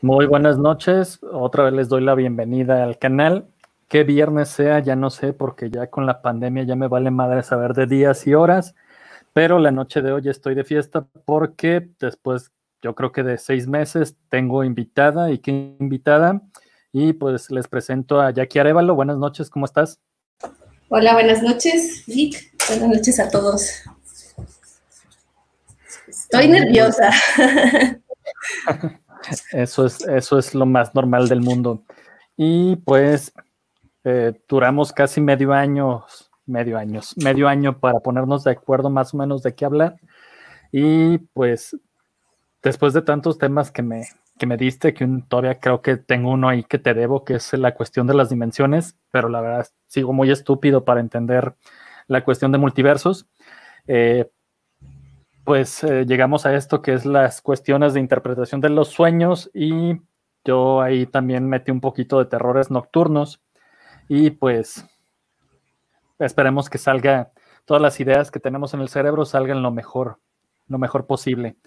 Muy buenas noches, otra vez les doy la bienvenida al canal. Qué viernes sea, ya no sé, porque ya con la pandemia ya me vale madre saber de días y horas, pero la noche de hoy estoy de fiesta porque después, yo creo que de 6 meses, tengo invitada y qué invitada, y pues les presento a Jackie Arévalo. Buenas noches, ¿cómo estás? Hola, buenas noches, Vic. Buenas noches a todos. Estoy Y pues nerviosa. eso es lo más normal del mundo. Y pues duramos casi medio año para ponernos de acuerdo más o menos de qué hablar. Y pues después de tantos temas que me diste, todavía creo que tengo uno ahí que te debo, que es la cuestión de las dimensiones, pero la verdad sigo muy estúpido para entender la cuestión de multiversos. Eh, llegamos a esto que es las cuestiones de interpretación de los sueños, y yo ahí también metí un poquito de terrores nocturnos, y pues esperemos que salga, todas las ideas que tenemos en el cerebro salgan lo mejor posible.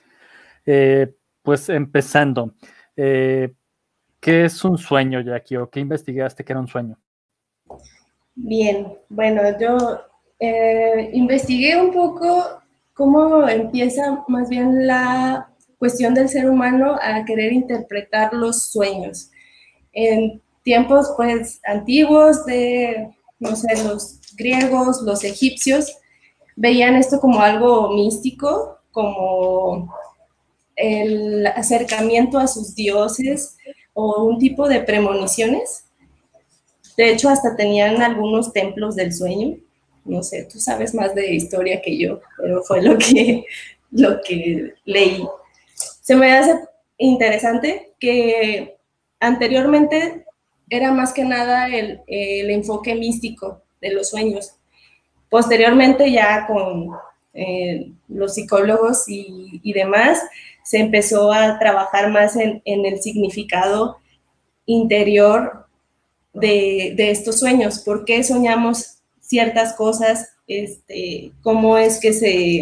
Pues empezando, eh, ¿qué es un sueño, Jackie? ¿O qué investigaste que era un sueño? Bien, bueno, yo investigué un poco cómo empieza más bien la cuestión del ser humano a querer interpretar los sueños. En tiempos pues antiguos de, no sé, los griegos, los egipcios, veían esto como algo místico, como el acercamiento a sus dioses o un tipo de premoniciones. De hecho, hasta tenían algunos templos del sueño. No sé, tú sabes más de historia que yo, pero fue lo que leí. Se me hace interesante que anteriormente era más que nada el enfoque místico de los sueños. Posteriormente, ya con los psicólogos y demás, se empezó a trabajar más en el significado interior de estos sueños, por qué soñamos ciertas cosas, cómo es que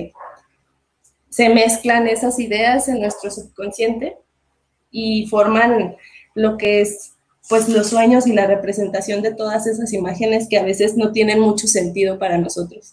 se mezclan esas ideas en nuestro subconsciente y forman lo que es pues los sueños y la representación de todas esas imágenes que a veces no tienen mucho sentido para nosotros.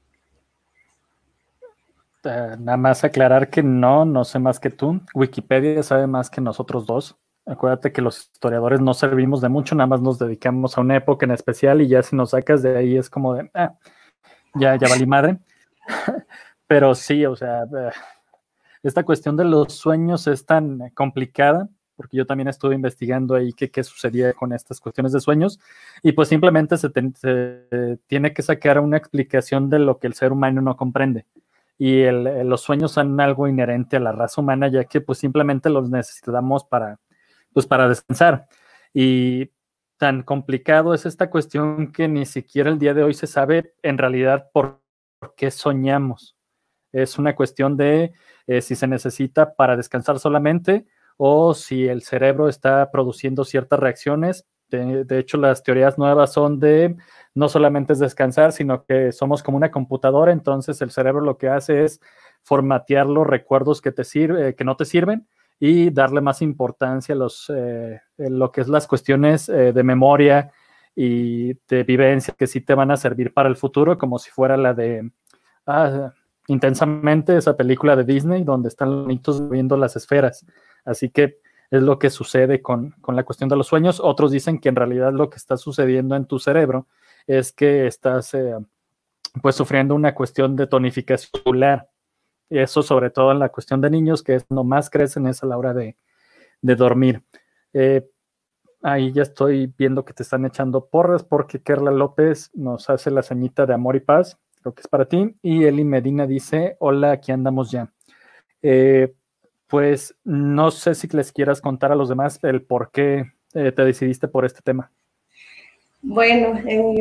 Nada más aclarar que no sé más que tú. Wikipedia sabe más que nosotros dos. Acuérdate que los historiadores no servimos de mucho, nada más nos dedicamos a una época en especial, y ya si nos sacas de ahí es como de, ya valí madre. Pero sí, o sea, esta cuestión de los sueños es tan complicada, porque yo también estuve investigando ahí qué sucedía con estas cuestiones de sueños, y pues simplemente se tiene que sacar una explicación de lo que el ser humano no comprende. Y los sueños son algo inherente a la raza humana, ya que pues simplemente los necesitamos para descansar. Y tan complicado es esta cuestión que ni siquiera el día de hoy se sabe en realidad por qué soñamos. Es una cuestión de si se necesita para descansar solamente, o si el cerebro está produciendo ciertas reacciones. De hecho, las teorías nuevas son de no solamente es descansar, sino que somos como una computadora. Entonces el cerebro lo que hace es formatear los recuerdos que no te sirven, y darle más importancia a lo que es las cuestiones de memoria y de vivencia que sí te van a servir para el futuro, como si fuera la de Intensamente, esa película de Disney donde están los niños viendo las esferas. Así que es lo que sucede con la cuestión de los sueños. Otros dicen que en realidad lo que está sucediendo en tu cerebro es que estás pues sufriendo una cuestión de tonificación celular. Y eso sobre todo en la cuestión de niños, que es cuando más crecen, es a la hora de dormir. Eh, Ahí ya estoy viendo que te están echando porras, porque Kerla López nos hace la señita de amor y paz, creo que es para ti. Y Eli Medina dice, hola, aquí andamos ya. Eh, pues no sé si les quieras contar a los demás el por qué te decidiste por este tema. Bueno,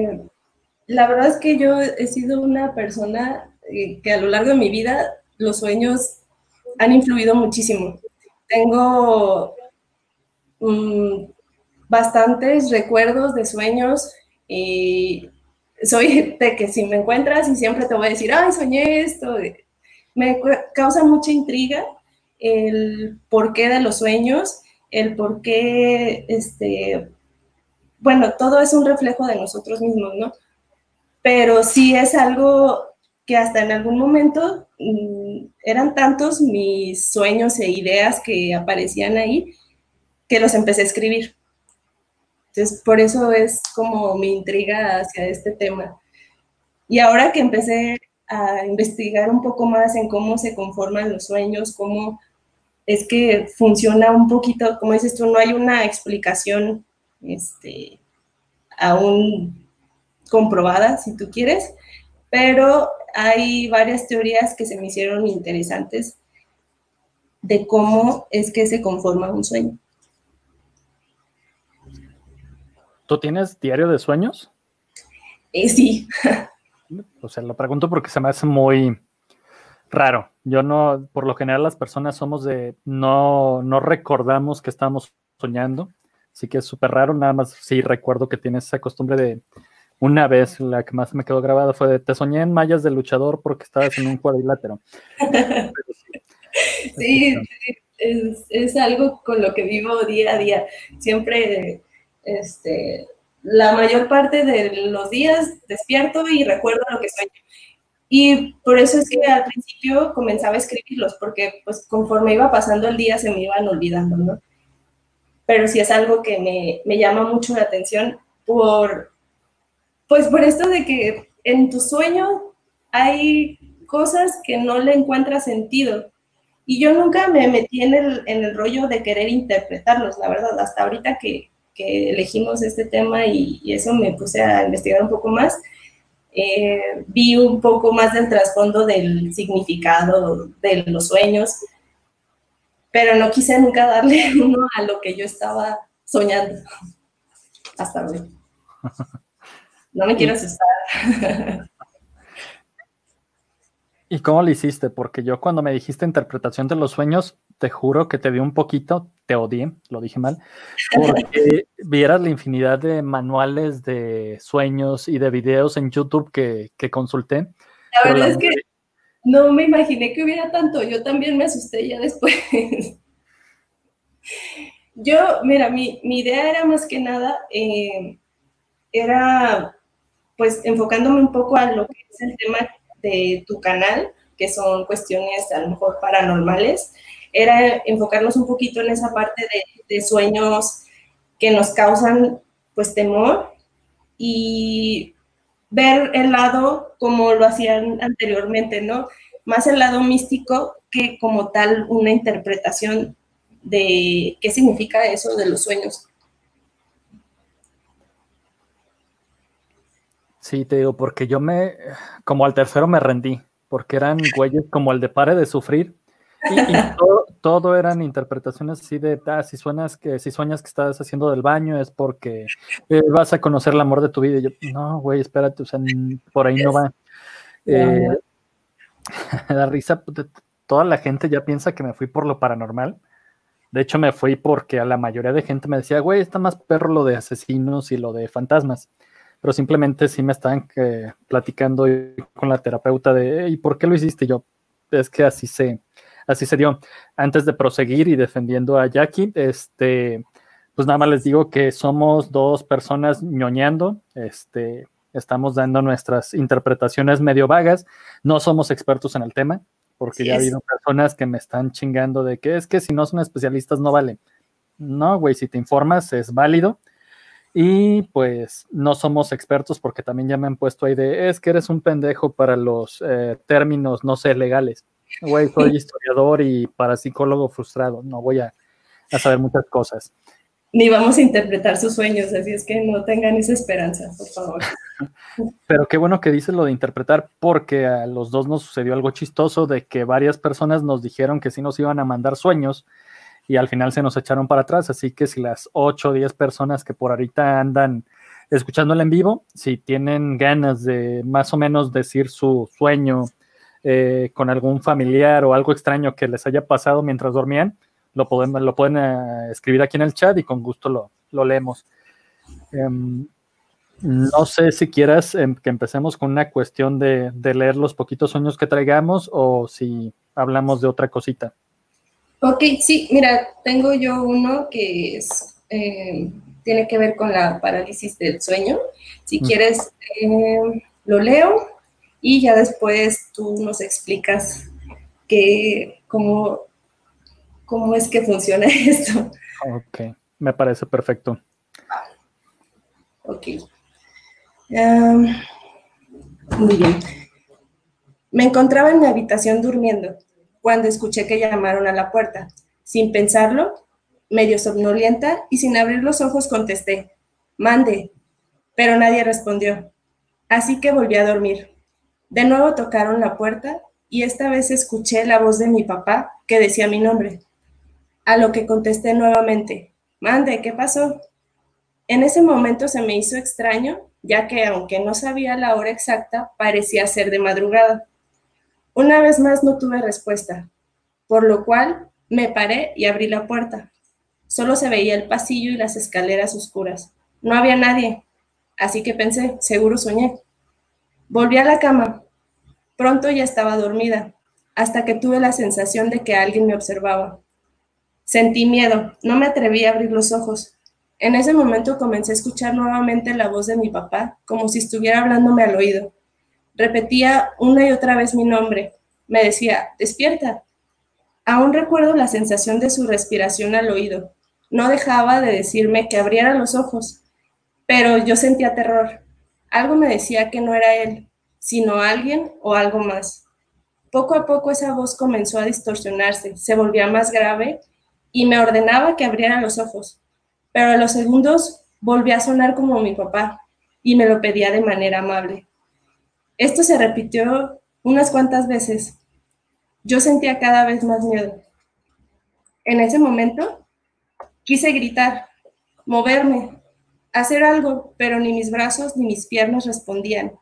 la verdad es que yo he sido una persona que a lo largo de mi vida los sueños han influido muchísimo. Tengo bastantes recuerdos de sueños y soy de que si me encuentras y siempre te voy a decir, ay, soñé esto. Me causa mucha intriga el porqué de los sueños, el por qué, bueno, todo es un reflejo de nosotros mismos, ¿no? Pero sí es algo que hasta en algún momento eran tantos mis sueños e ideas que aparecían ahí que los empecé a escribir. Entonces, por eso es como mi intriga hacia este tema. Y ahora que empecé a investigar un poco más en cómo se conforman los sueños, cómo es que funciona un poquito, como dices tú, no hay una explicación aún comprobada, si tú quieres, pero hay varias teorías que se me hicieron interesantes de cómo es que se conforma un sueño. ¿Tú tienes diario de sueños? Sí. O sea, lo pregunto porque se me hace muy raro. Yo no, por lo general las personas somos de, no recordamos que estamos soñando, así que es súper raro. Nada más sí recuerdo que tienes esa costumbre de, una vez la que más me quedó grabada fue de, te soñé en mallas de luchador porque estabas en un cuadrilátero. Sí, es algo con lo que vivo día a día. Siempre, la mayor parte de los días despierto y recuerdo lo que sueño. Y por eso es que al principio comenzaba a escribirlos, porque pues conforme iba pasando el día se me iban olvidando, ¿no? Pero sí es algo que me llama mucho la atención pues por esto de que en tu sueño hay cosas que no le encuentras sentido. Y yo nunca me metí en el rollo de querer interpretarlos, la verdad, hasta ahorita que elegimos este tema y eso me puse a investigar un poco más. Vi un poco más del trasfondo del significado de los sueños, pero no quise nunca darle uno a lo que yo estaba soñando hasta hoy. No me quiero asustar. ¿Y cómo lo hiciste? Porque yo cuando me dijiste interpretación de los sueños, te juro que te di un poquito, te odié, lo dije mal, porque vieras la infinidad de manuales de sueños y de videos en YouTube que consulté. La verdad es que no me imaginé que hubiera tanto, yo también me asusté ya después. Yo, mira, mi idea era más que nada, era pues enfocándome un poco a lo que es el tema de tu canal, que son cuestiones a lo mejor paranormales, era enfocarnos un poquito en esa parte de sueños que nos causan pues temor y ver el lado como lo hacían anteriormente, ¿no? Más el lado místico que como tal una interpretación de qué significa eso de los sueños. Sí, te digo, porque yo como al tercero me rendí, porque eran güeyes como el de Pare de Sufrir, y todo eran interpretaciones así de, si sueñas que estás haciendo del baño es porque vas a conocer el amor de tu vida. Y yo, no, güey, espérate, o sea, por ahí no va. La risa, toda la gente ya piensa que me fui por lo paranormal. De hecho, me fui porque a la mayoría de gente me decía, güey, está más perro lo de asesinos y lo de fantasmas. Pero simplemente sí me estaban platicando con la terapeuta de, ¿y por qué lo hiciste? Y yo, es que así se dio. Antes de proseguir y defendiendo a Jackie, pues nada más les digo que somos dos personas ñoñando, estamos dando nuestras interpretaciones medio vagas, no somos expertos en el tema, porque ya ha habido personas que me están chingando de que es que si no son especialistas no vale. No, güey, si te informas es válido. Y pues no somos expertos porque también ya me han puesto ahí de, es que eres un pendejo para los términos, no sé, legales. Güey, soy historiador y parapsicólogo frustrado, no voy a saber muchas cosas. Ni vamos a interpretar sus sueños, así es que no tengan esa esperanza, por favor. Pero qué bueno que dices lo de interpretar, porque a los dos nos sucedió algo chistoso de que varias personas nos dijeron que sí nos iban a mandar sueños y al final se nos echaron para atrás, así que si las 8 o 10 personas que por ahorita andan escuchándola en vivo, si tienen ganas de más o menos decir su sueño con algún familiar o algo extraño que les haya pasado mientras dormían, lo pueden escribir aquí en el chat y con gusto lo leemos. No sé si quieras que empecemos con una cuestión de leer los poquitos sueños que traigamos o si hablamos de otra cosita. Ok, sí, mira, tengo yo uno que tiene que ver con la parálisis del sueño. Si Mm, quieres, lo leo y ya después tú nos explicas cómo, cómo es que funciona esto. ok, me parece perfecto. Ok. Um, Muy bien. Me encontraba en mi habitación durmiendo cuando escuché que llamaron a la puerta. Sin pensarlo, medio somnolienta y sin abrir los ojos contesté, mande, pero nadie respondió. Así que volví a dormir. De nuevo tocaron la puerta y esta vez escuché la voz de mi papá que decía mi nombre, a lo que contesté nuevamente, mande, ¿qué pasó? En ese momento se me hizo extraño, ya que aunque no sabía la hora exacta, parecía ser de madrugada. Una vez más no tuve respuesta, por lo cual me paré y abrí la puerta. Solo se veía el pasillo y las escaleras oscuras. No había nadie, así que pensé, seguro soñé. Volví a la cama. Pronto ya estaba dormida, hasta que tuve la sensación de que alguien me observaba. Sentí miedo, no me atreví a abrir los ojos. En ese momento comencé a escuchar nuevamente la voz de mi papá, como si estuviera hablándome al oído. Repetía una y otra vez mi nombre. Me decía, despierta. Aún recuerdo la sensación de su respiración al oído. No dejaba de decirme que abriera los ojos, pero yo sentía terror. Algo me decía que no era él, sino alguien o algo más. Poco a poco esa voz comenzó a distorsionarse, se volvía más grave y me ordenaba que abriera los ojos. Pero a los segundos volvía a sonar como mi papá y me lo pedía de manera amable. Esto se repitió unas cuantas veces. Yo sentía cada vez más miedo. En ese momento quise gritar, moverme, hacer algo, pero ni mis brazos ni mis piernas respondían.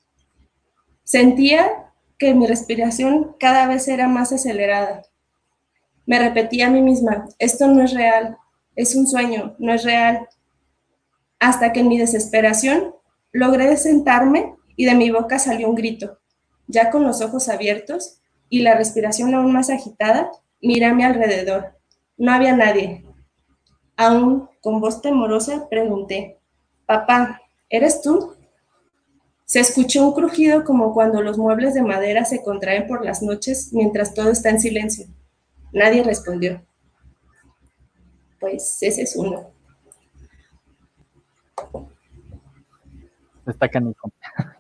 Sentía que mi respiración cada vez era más acelerada. Me repetía a mí misma, esto no es real, es un sueño, no es real. Hasta que en mi desesperación logré sentarme y de mi boca salió un grito. Ya con los ojos abiertos y la respiración aún más agitada, miré a mi alrededor. No había nadie. Aún con voz temorosa pregunté, papá, ¿eres tú? Se escuchó un crujido como cuando los muebles de madera se contraen por las noches mientras todo está en silencio. Nadie respondió. Pues ese es uno. Está canijo.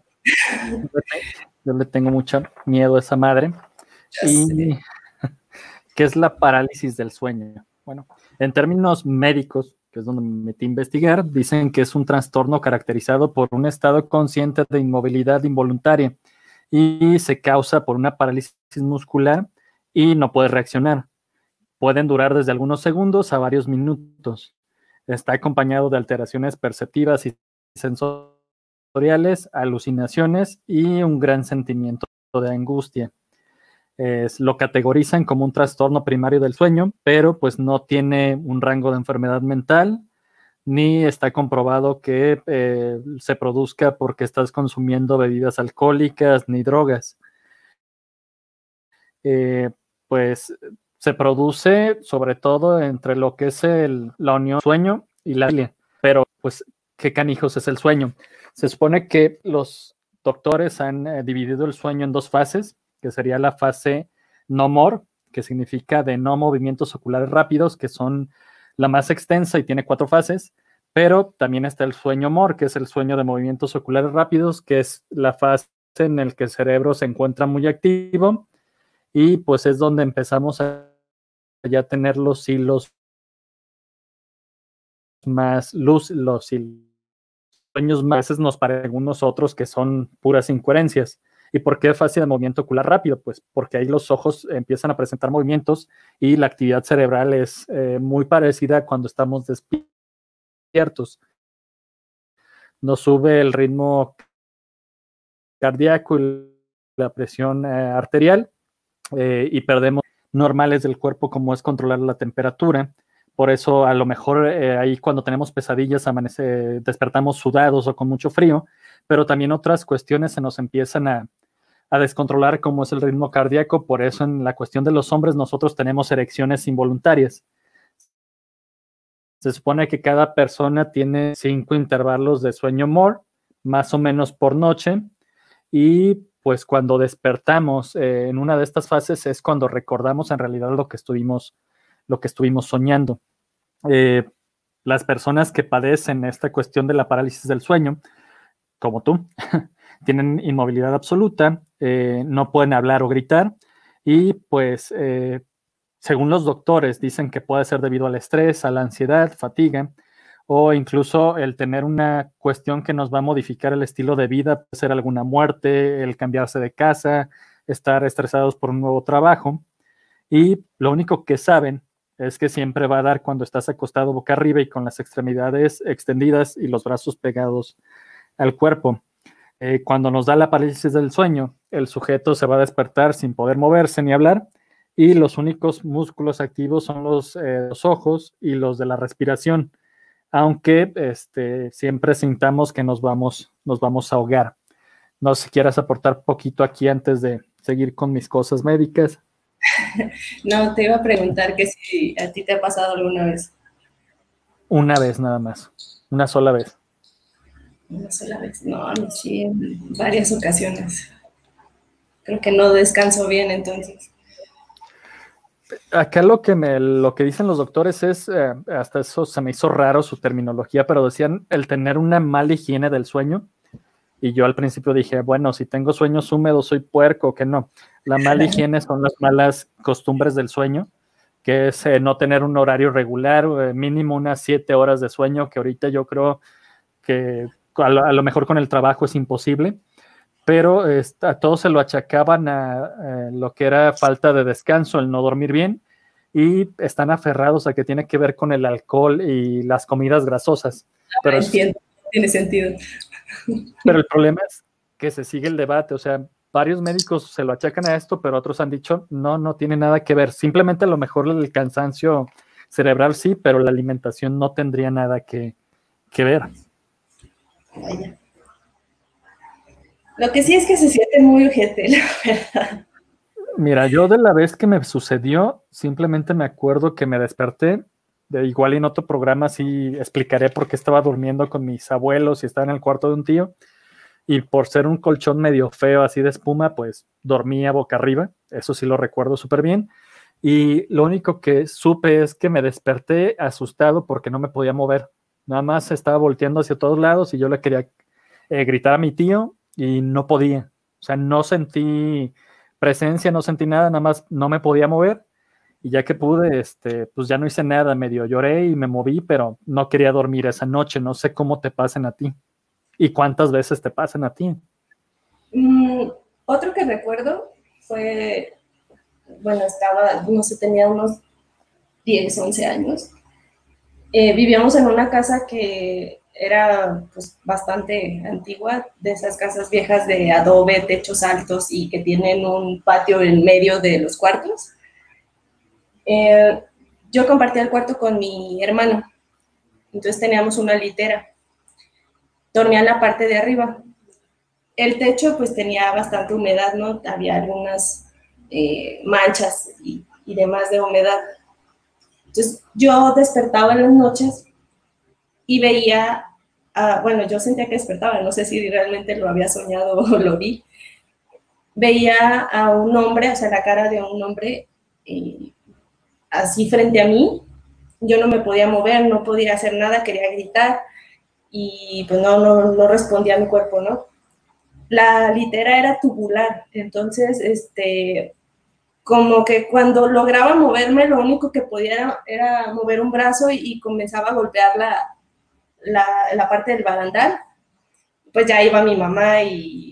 Yo le tengo mucho miedo a esa madre. Ya sé. ¿Y qué es la parálisis del sueño? Bueno, en términos médicos, que es donde me metí a investigar, dicen que es un trastorno caracterizado por un estado consciente de inmovilidad involuntaria y se causa por una parálisis muscular y no puede reaccionar. Pueden durar desde algunos segundos a varios minutos. Está acompañado de alteraciones perceptivas y sensoriales, alucinaciones y un gran sentimiento de angustia. Lo categorizan como un trastorno primario del sueño, pero pues no tiene un rango de enfermedad mental, ni está comprobado que se produzca porque estás consumiendo bebidas alcohólicas ni drogas. Eh, pues se produce sobre todo entre lo que es la unión sueño y la vigilia. Pero pues, ¿qué canijos es el sueño? Se supone que los doctores han dividido el sueño en dos fases, que sería la fase no more, que significa de no movimientos oculares rápidos, que son la más extensa y tiene 4 fases, pero también está el sueño more, que es el sueño de movimientos oculares rápidos, que es la fase en la que el cerebro se encuentra muy activo y pues es donde empezamos a ya tener los hilos más luz, los sueños más, a veces nos parecen unos otros que son puras incoherencias. ¿Y por qué fase de movimiento ocular rápido? Pues porque ahí los ojos empiezan a presentar movimientos y la actividad cerebral es muy parecida a cuando estamos despiertos. Nos sube el ritmo cardíaco y la presión arterial y perdemos normales del cuerpo como es controlar la temperatura. Por eso a lo mejor ahí cuando tenemos pesadillas despertamos sudados o con mucho frío, pero también otras cuestiones se nos empiezan a descontrolar cómo es el ritmo cardíaco. Por eso en la cuestión de los hombres nosotros tenemos erecciones involuntarias. Se supone que cada persona tiene 5 intervalos de sueño MOR, más o menos por noche, y pues cuando despertamos en una de estas fases es cuando recordamos en realidad lo que estuvimos soñando. Las personas que padecen esta cuestión de la parálisis del sueño, como tú, tienen inmovilidad absoluta, no pueden hablar o gritar, y pues según los doctores dicen que puede ser debido al estrés, a la ansiedad, fatiga, o incluso el tener una cuestión que nos va a modificar el estilo de vida, puede ser alguna muerte, el cambiarse de casa, estar estresados por un nuevo trabajo, y lo único que saben es que siempre va a dar cuando estás acostado boca arriba y con las extremidades extendidas y los brazos pegados al cuerpo. Cuando nos da la parálisis del sueño, el sujeto se va a despertar sin poder moverse ni hablar, y los únicos músculos activos son los ojos y los de la respiración, aunque siempre sintamos que nos vamos a ahogar. No sé si quieras aportar poquito aquí antes de seguir con mis cosas médicas. No, te iba a preguntar que si a ti te ha pasado alguna vez. Una vez nada más, una sola vez. Una sola vez, no, sí, en varias ocasiones. Creo que no descanso bien entonces. Acá lo que dicen los doctores es, hasta eso se me hizo raro su terminología, pero decían el tener una mala higiene del sueño. Y yo al principio dije, bueno, si tengo sueños húmedos, soy puerco, que no. La mala higiene son las malas costumbres del sueño, que es no tener un horario regular, mínimo unas 7 horas de sueño, que ahorita yo creo que a lo mejor con el trabajo es imposible, pero a todos se lo achacaban a lo que era falta de descanso, el no dormir bien, y están aferrados a que tiene que ver con el alcohol y las comidas grasosas. Pero entiendo, tiene sentido. Pero el problema es que se sigue el debate, o sea, varios médicos se lo achacan a esto, pero otros han dicho, no tiene nada que ver, simplemente a lo mejor el cansancio cerebral sí, pero la alimentación no tendría nada que ver. Vaya. Lo que sí es que se siente muy ojete, la verdad. Mira, yo de la vez que me sucedió, simplemente me acuerdo que me desperté, de igual y en otro programa sí explicaré por qué estaba durmiendo con mis abuelos y estaba en el cuarto de un tío, y por ser un colchón medio feo así de espuma, pues dormía boca arriba, eso sí lo recuerdo súper bien, y lo único que supe es que me desperté asustado porque no me podía mover, nada más estaba volteando hacia todos lados y yo le quería gritar a mi tío y no podía, o sea, no sentí presencia, no sentí nada, nada más no me podía mover, y ya que pude, pues ya no hice nada, medio lloré y me moví, pero no quería dormir esa noche, no sé cómo te pasen a ti. ¿Y cuántas veces te pasan a ti? Otro que recuerdo fue, bueno, no sé, tenía unos 10, 11 años. Vivíamos en una casa que era pues, bastante antigua, de esas casas viejas de adobe, techos altos y que tienen un patio en medio de los cuartos. Yo compartía el cuarto con mi hermano, entonces teníamos una litera. Dormía en la parte de arriba. El techo pues tenía bastante humedad, ¿no? Había algunas manchas y demás de humedad. Entonces yo despertaba en las noches y veía, bueno, yo sentía que despertaba, no sé si realmente lo había soñado o lo vi. Veía a un hombre, o sea, la cara de un hombre así frente a mí. Yo no me podía mover, no podía hacer nada, quería gritar y pues no respondía a mi cuerpo, ¿no? La litera era tubular, entonces, como que cuando lograba moverme, lo único que podía era mover un brazo y comenzaba a golpear la parte del barandal. Pues ya iba mi mamá y,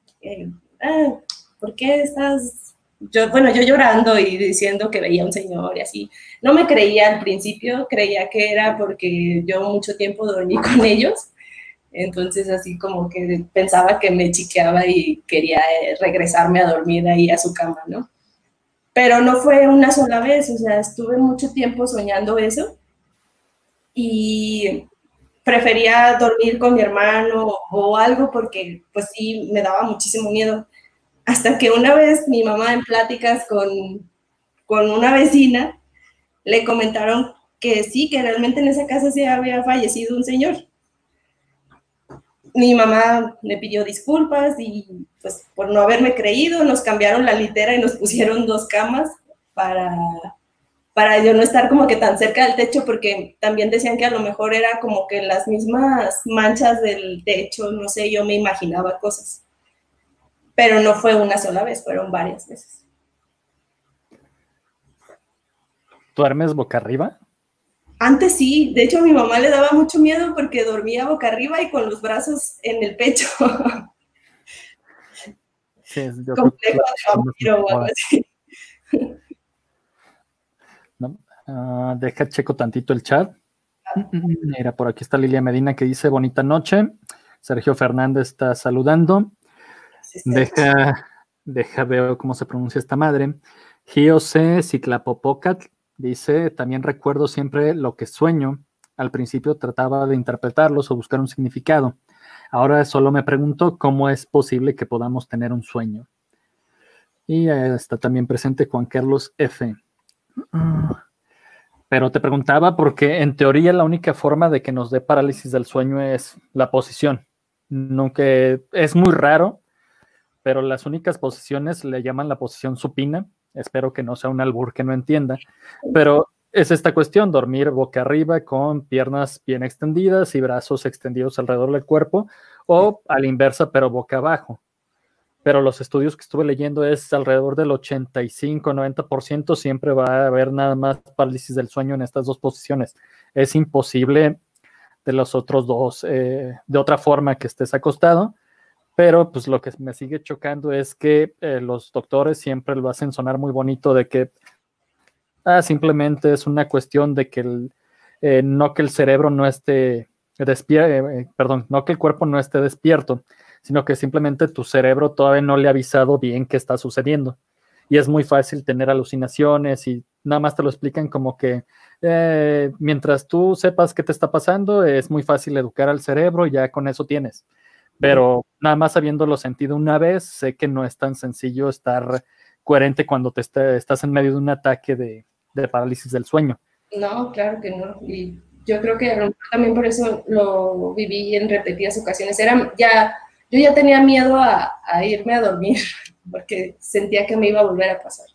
¿por qué estás? Yo llorando y diciendo que veía un señor y así. No me creía al principio, creía que era porque yo mucho tiempo dormí con ellos. Entonces así como que pensaba que me chiqueaba y quería regresarme a dormir ahí a su cama, ¿no? Pero no fue una sola vez, o sea, estuve mucho tiempo soñando eso y prefería dormir con mi hermano o algo porque pues sí me daba muchísimo miedo. Hasta que una vez mi mamá en pláticas con una vecina le comentaron que sí, que realmente en esa casa se había fallecido un señor. Mi mamá le pidió disculpas y pues por no haberme creído nos cambiaron la litera y nos pusieron 2 camas para yo no estar como que tan cerca del techo, porque también decían que a lo mejor era como que las mismas manchas del techo, no sé, yo me imaginaba cosas. Pero no fue una sola vez, fueron varias veces. ¿Duermes boca arriba? Antes sí, de hecho a mi mamá le daba mucho miedo porque dormía boca arriba y con los brazos en el pecho. Sí, yo creo que Complejo de vampiro o algo así. No, deja checo tantito el chat. Mira, por aquí está Lilia Medina que dice bonita noche. Sergio Fernández está saludando. Deja veo cómo se pronuncia esta madre. Giose Ciclapopocatl dice, también recuerdo siempre lo que sueño. Al principio trataba de interpretarlos o buscar un significado. Ahora solo me pregunto cómo es posible que podamos tener un sueño. Y está también presente Juan Carlos F. Pero te preguntaba porque en teoría la única forma de que nos dé parálisis del sueño es la posición. Nunca, es muy raro, pero las únicas posiciones le llaman la posición supina. Espero que no sea un albur que no entienda, pero es esta cuestión, dormir boca arriba con piernas bien extendidas y brazos extendidos alrededor del cuerpo, o a la inversa, pero boca abajo. Pero los estudios que estuve leyendo es alrededor del 85-90% siempre va a haber nada más parálisis del sueño en estas dos posiciones. Es imposible de los otros dos, de otra forma que estés acostado, pero pues lo que me sigue chocando es que los doctores siempre lo hacen sonar muy bonito de que simplemente es una cuestión de que no que el cerebro no esté despierto, no que el cuerpo no esté despierto, sino que simplemente tu cerebro todavía no le ha avisado bien qué está sucediendo. Y es muy fácil tener alucinaciones y nada más te lo explican como que mientras tú sepas qué te está pasando, es muy fácil educar al cerebro y ya con eso tienes. Pero nada más habiéndolo sentido una vez, sé que no es tan sencillo estar coherente cuando estás en medio de un ataque de parálisis del sueño. No, claro que no. Y yo creo que a lo mejor también por eso lo viví en repetidas ocasiones. Yo ya tenía miedo a irme a dormir porque sentía que me iba a volver a pasar.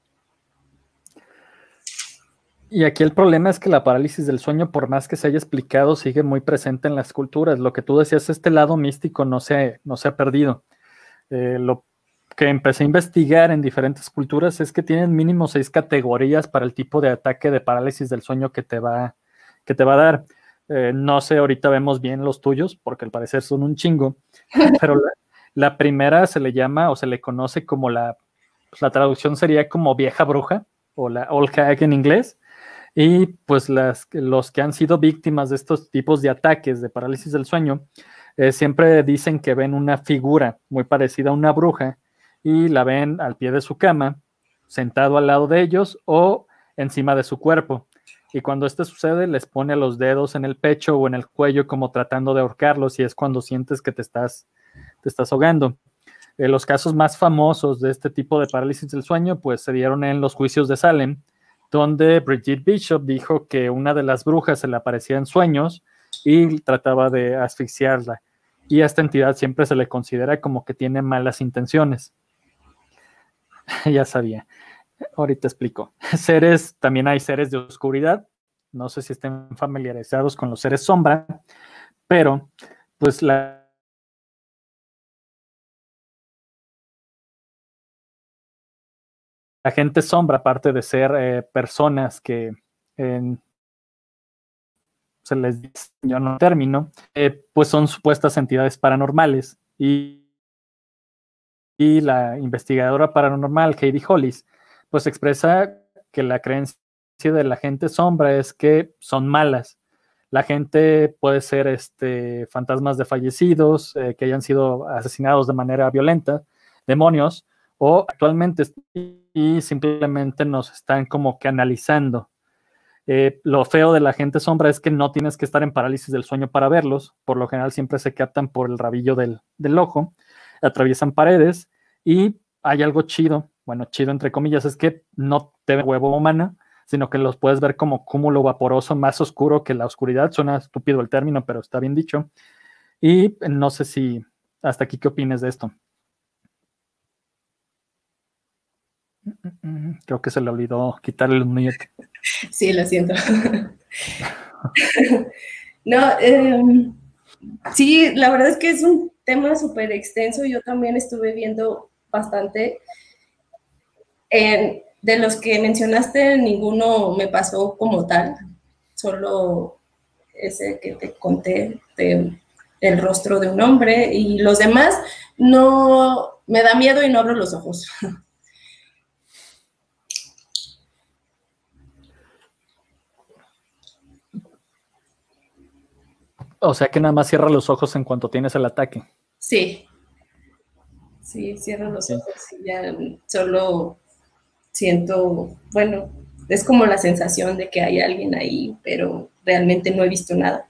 Y aquí el problema es que la parálisis del sueño, por más que se haya explicado, sigue muy presente en las culturas. Lo que tú decías, este lado místico no se ha perdido. Lo que empecé a investigar en diferentes culturas es que tienen mínimo 6 categorías para el tipo de ataque de parálisis del sueño que te va a dar. No sé, ahorita vemos bien los tuyos, porque al parecer son un chingo, pero la primera se le llama o se le conoce como la traducción sería como vieja bruja o la old hag en inglés. Y pues los que han sido víctimas de estos tipos de ataques de parálisis del sueño siempre dicen que ven una figura muy parecida a una bruja y la ven al pie de su cama, sentado al lado de ellos o encima de su cuerpo. Y cuando esto sucede, les pone los dedos en el pecho o en el cuello como tratando de ahorcarlos y es cuando sientes que te estás ahogando. Los casos más famosos de este tipo de parálisis del sueño pues se dieron en los juicios de Salem, donde Brigitte Bishop dijo que una de las brujas se le aparecía en sueños y trataba de asfixiarla. Y a esta entidad siempre se le considera como que tiene malas intenciones. Ya sabía. Ahorita explico. También hay seres de oscuridad. No sé si estén familiarizados con los seres sombra, pero pues la gente sombra, aparte de ser personas que se les dice un término, pues son supuestas entidades paranormales. Y la investigadora paranormal Heidi Hollis, pues expresa que la creencia de la gente sombra es que son malas. La gente puede ser fantasmas de fallecidos, que hayan sido asesinados de manera violenta, demonios, o actualmente y simplemente nos están como que analizando. Lo feo de la gente sombra es que no tienes que estar en parálisis del sueño para verlos. Por lo general siempre se captan por el rabillo del ojo, atraviesan paredes y hay algo chido, bueno, chido entre comillas, es que no te ve huevo humana, sino que los puedes ver como cúmulo vaporoso más oscuro que la oscuridad. Suena estúpido el término, pero está bien dicho. Y no sé si hasta aquí qué opinas de esto. Creo que se le olvidó quitarle el mute. Sí, lo siento. No, sí, la verdad es que es un tema súper extenso. Yo también estuve viendo bastante. De los que mencionaste, ninguno me pasó como tal, solo ese que te conté de el rostro de un hombre, y los demás no, me da miedo y no abro los ojos. O sea que nada más cierra los ojos en cuanto tienes el ataque. Sí, sí, cierro los ojos y ya solo siento, bueno, es como la sensación de que hay alguien ahí, pero realmente no he visto nada.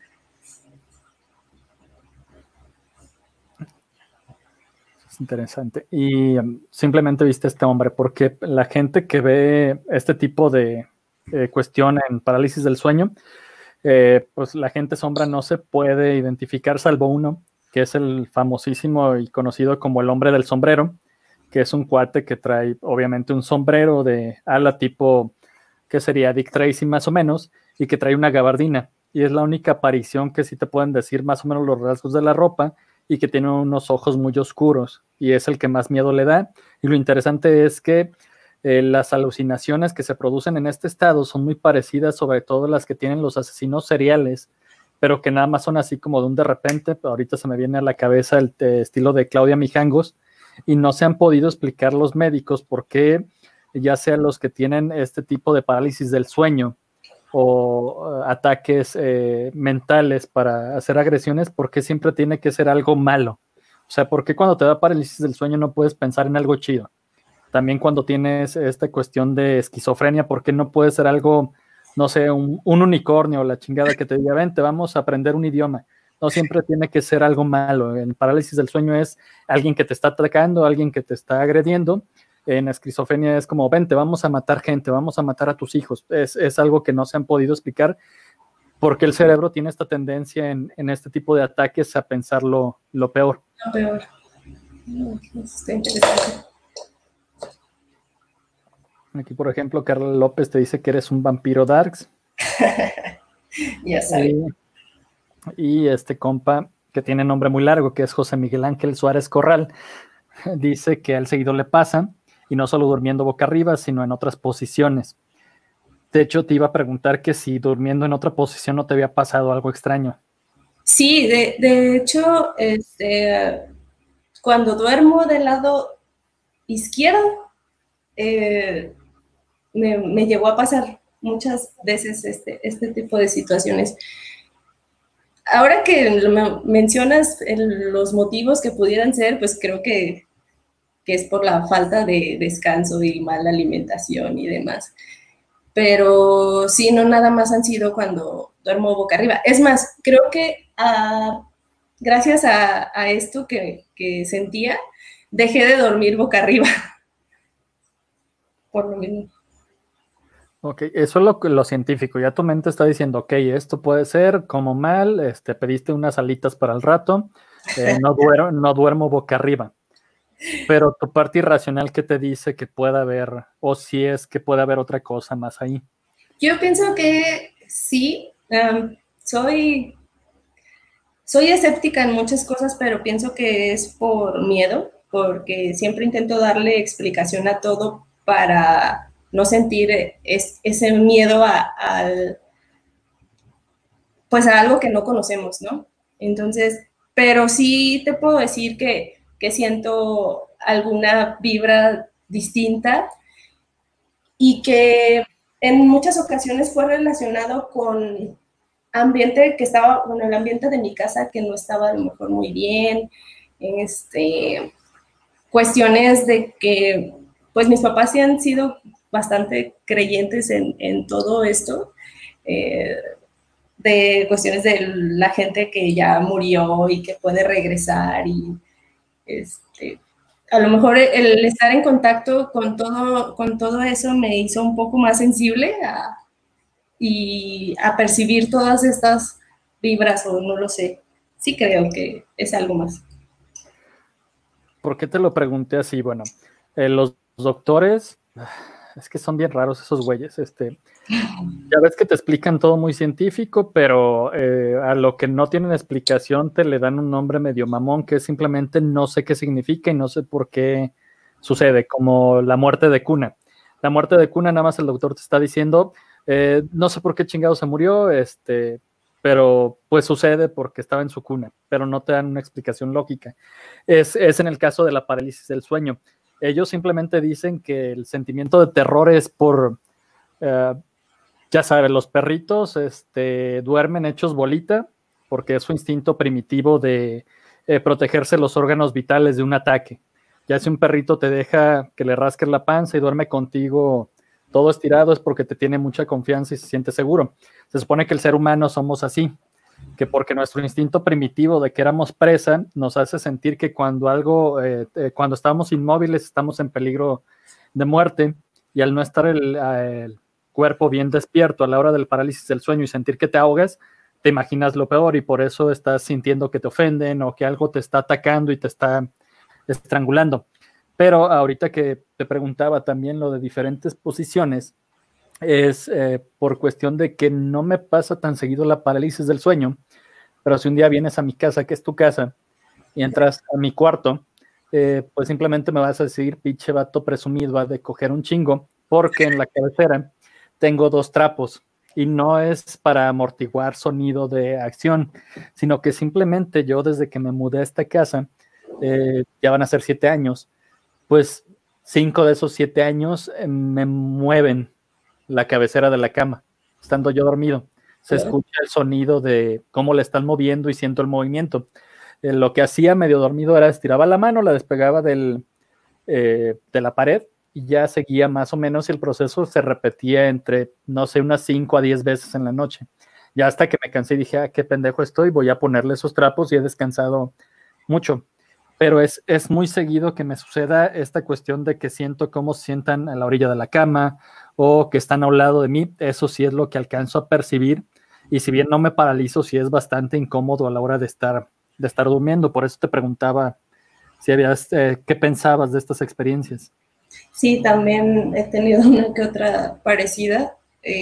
Es interesante. Y simplemente viste a este hombre, porque la gente que ve este tipo de cuestión en parálisis del sueño, pues la gente sombra no se puede identificar, salvo uno, que es el famosísimo y conocido como el hombre del sombrero, que es un cuate que trae obviamente un sombrero de ala tipo, que sería Dick Tracy más o menos, y que trae una gabardina. Y es la única aparición que sí te pueden decir más o menos los rasgos de la ropa, y que tiene unos ojos muy oscuros, y es el que más miedo le da. Y lo interesante es que las alucinaciones que se producen en este estado son muy parecidas, sobre todo las que tienen los asesinos seriales, pero que nada más son así como de un de repente. Ahorita se me viene a la cabeza el estilo de Claudia Mijangos, y no se han podido explicar los médicos por qué, ya sea los que tienen este tipo de parálisis del sueño o ataques mentales para hacer agresiones, por qué siempre tiene que ser algo malo. O sea, ¿por qué cuando te da parálisis del sueño no puedes pensar en algo chido? También cuando tienes esta cuestión de esquizofrenia, ¿por qué no puede ser algo, no sé, un unicornio o la chingada que te diga, vente, vamos a aprender un idioma? No siempre tiene que ser algo malo. En parálisis del sueño es alguien que te está atacando, alguien que te está agrediendo. En esquizofrenia es como, vente, vamos a matar gente, vamos a matar a tus hijos. Es algo que no se han podido explicar, porque el cerebro tiene esta tendencia en este tipo de ataques a pensar lo peor. Lo peor. Está interesante. Aquí, por ejemplo, Carla López te dice que eres un vampiro darks. Ya sabes. Y este compa, que tiene nombre muy largo, que es José Miguel Ángel Suárez Corral, dice que al seguido le pasa, y no solo durmiendo boca arriba, sino en otras posiciones. De hecho, te iba a preguntar que si durmiendo en otra posición no te había pasado algo extraño. Sí, de hecho, cuando duermo del lado izquierdo, me llegó a pasar muchas veces este tipo de situaciones. Ahora que mencionas los motivos que pudieran ser, pues creo que es por la falta de descanso y mala alimentación y demás. Pero sí, no nada más han sido cuando duermo boca arriba. Es más, creo que gracias a esto que sentía, dejé de dormir boca arriba. Por lo mismo. Ok, eso es lo científico. Ya tu mente está diciendo, ok, esto puede ser como mal, pediste unas alitas para el rato, no duermo boca arriba. Pero tu parte irracional, ¿qué te dice que pueda haber, o si es que puede haber otra cosa más ahí? Yo pienso que sí, soy escéptica en muchas cosas, pero pienso que es por miedo, porque siempre intento darle explicación a todo para no sentir ese miedo pues a algo que no conocemos, ¿no? Entonces, pero sí te puedo decir que siento alguna vibra distinta y que en muchas ocasiones fue relacionado con ambiente que estaba, bueno, el ambiente de mi casa que no estaba a lo mejor muy bien, cuestiones de que, pues mis papás sí han sido bastante creyentes en todo esto, de cuestiones de la gente que ya murió y que puede regresar y a lo mejor el estar en contacto con todo eso me hizo un poco más sensible y a percibir todas estas vibras, o no lo sé. Sí creo que es algo más. ¿Por qué te lo pregunté así? Bueno, los doctores, es que son bien raros esos güeyes. Ya ves que te explican todo muy científico, pero a lo que no tienen explicación te le dan un nombre medio mamón que simplemente no sé qué significa y no sé por qué sucede, como la muerte de cuna. La muerte de cuna, nada más el doctor te está diciendo, no sé por qué chingado se murió, pero pues sucede porque estaba en su cuna, pero no te dan una explicación lógica. Es en el caso de la parálisis del sueño. Ellos simplemente dicen que el sentimiento de terror es por... ya sabes, los perritos duermen hechos bolita porque es su instinto primitivo de protegerse los órganos vitales de un ataque. Ya si un perrito te deja que le rasques la panza y duerme contigo todo estirado es porque te tiene mucha confianza y se siente seguro. Se supone que el ser humano somos así, que porque nuestro instinto primitivo de que éramos presa nos hace sentir que cuando cuando estamos inmóviles estamos en peligro de muerte y al no estar el cuerpo bien despierto a la hora del parálisis del sueño y sentir que te ahogas, te imaginas lo peor y por eso estás sintiendo que te ofenden o que algo te está atacando y te está estrangulando. Pero ahorita que te preguntaba también lo de diferentes posiciones, es por cuestión de que no me pasa tan seguido la parálisis del sueño, pero si un día vienes a mi casa, que es tu casa, y entras a mi cuarto, pues simplemente me vas a decir, pinche vato presumido, va de coger un chingo, porque en la cabecera tengo 2 trapos y no es para amortiguar sonido de acción, sino que simplemente yo desde que me mudé a esta casa, ya van a ser 7 años, pues 5 de esos 7 años me mueven la cabecera de la cama, estando yo dormido. Se escucha el sonido de cómo le están moviendo y siento el movimiento. Lo que hacía medio dormido era estiraba la mano, la despegaba de la pared y ya seguía más o menos y el proceso se repetía entre, no sé, unas 5 a 10 veces en la noche. Ya hasta que me cansé y dije, qué pendejo estoy, voy a ponerle esos trapos y he descansado mucho. Pero es muy seguido que me suceda esta cuestión de que siento cómo se sientan a la orilla de la cama o que están a un lado de mí. Eso sí es lo que alcanzo a percibir. Y si bien no me paralizo, sí es bastante incómodo a la hora de estar durmiendo. Por eso te preguntaba si habías, qué pensabas de estas experiencias. Sí, también he tenido una que otra parecida.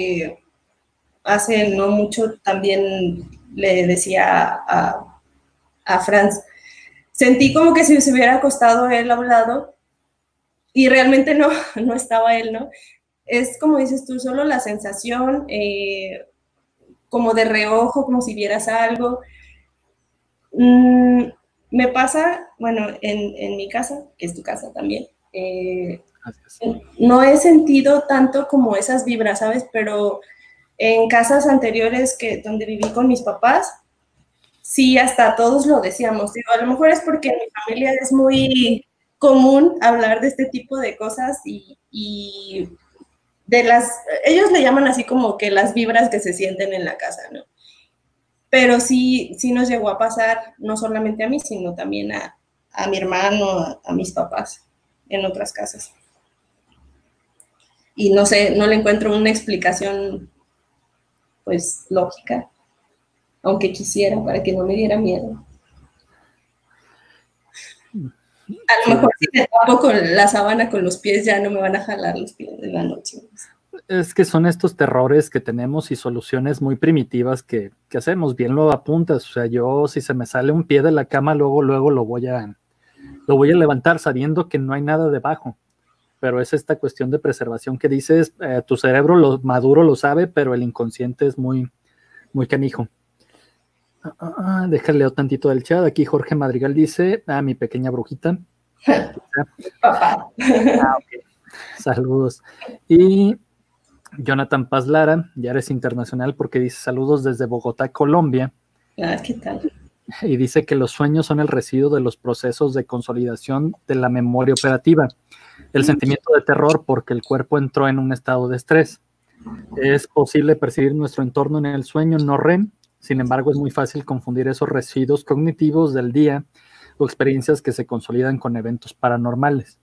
Hace no mucho también le decía a Franz, sentí como que si se hubiera acostado él a un lado y realmente no estaba él, ¿no? Es como dices tú, solo la sensación, como de reojo, como si vieras algo. Me pasa, bueno, en mi casa, que es tu casa también, no he sentido tanto como esas vibras, ¿sabes? Pero en casas anteriores donde viví con mis papás, sí, hasta todos lo decíamos. Digo, a lo mejor es porque en mi familia es muy común hablar de este tipo de cosas y ellos le llaman así como que las vibras que se sienten en la casa, ¿no? Pero sí nos llegó a pasar, no solamente a mí, sino también a mi hermano, a mis papás, en otras casas. Y no sé, no le encuentro una explicación, pues, lógica, aunque quisiera, para que no me diera miedo. A lo mejor si me tapo con la sábana con los pies, ya no me van a jalar los pies de la noche. Es que son estos terrores que tenemos y soluciones muy primitivas que hacemos. Bien lo apuntas. O sea, yo si se me sale un pie de la cama, luego lo voy a levantar sabiendo que no hay nada debajo. Pero es esta cuestión de preservación que dices, tu cerebro maduro lo sabe, pero el inconsciente es muy, muy canijo. Déjale tantito del chat. Aquí Jorge Madrigal dice, mi pequeña brujita. Papá. Okay. Saludos. Y Jonathan Paz Lara, ya eres internacional porque dice saludos desde Bogotá, Colombia. ¿Qué tal? Y dice que los sueños son el residuo de los procesos de consolidación de la memoria operativa. El sentimiento de terror porque el cuerpo entró en un estado de estrés. Es posible percibir nuestro entorno en el sueño no REM, sin embargo es muy fácil confundir esos residuos cognitivos del día o experiencias que se consolidan con eventos paranormales.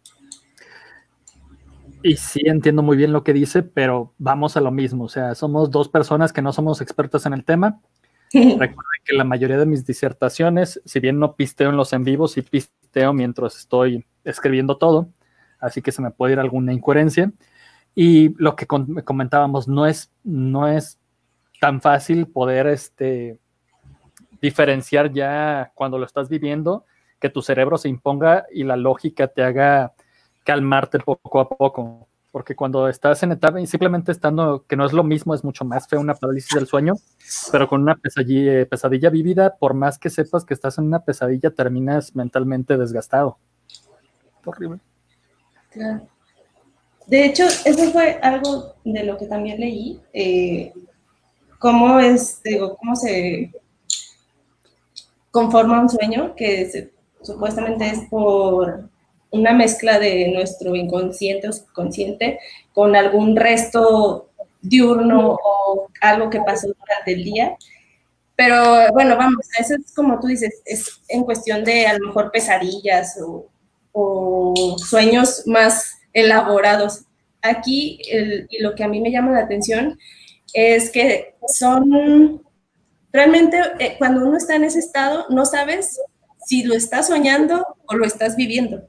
Y sí entiendo muy bien lo que dice, pero vamos a lo mismo. O sea, somos dos personas que no somos expertas en el tema. Recuerden que la mayoría de mis disertaciones, si bien no pisteo en los en vivos, sí pisteo mientras estoy escribiendo todo, así que se me puede ir alguna incoherencia. Y lo que comentábamos, no es tan fácil poder diferenciar ya cuando lo estás viviendo, que tu cerebro se imponga y la lógica te haga calmarte poco a poco. Porque cuando estás en etapa y simplemente estando, que no es lo mismo, es mucho más feo una parálisis del sueño, pero con una pesadilla vivida, por más que sepas que estás en una pesadilla, terminas mentalmente desgastado. Horrible. Claro. De hecho, eso fue algo de lo que también leí, cómo se conforma un sueño, que supuestamente es por una mezcla de nuestro inconsciente o subconsciente con algún resto diurno o algo que pasó durante el día. Pero bueno, vamos, eso es como tú dices, es en cuestión de a lo mejor pesadillas o sueños más elaborados. Aquí, y lo que a mí me llama la atención es que son, realmente cuando uno está en ese estado, no sabes si lo estás soñando o lo estás viviendo.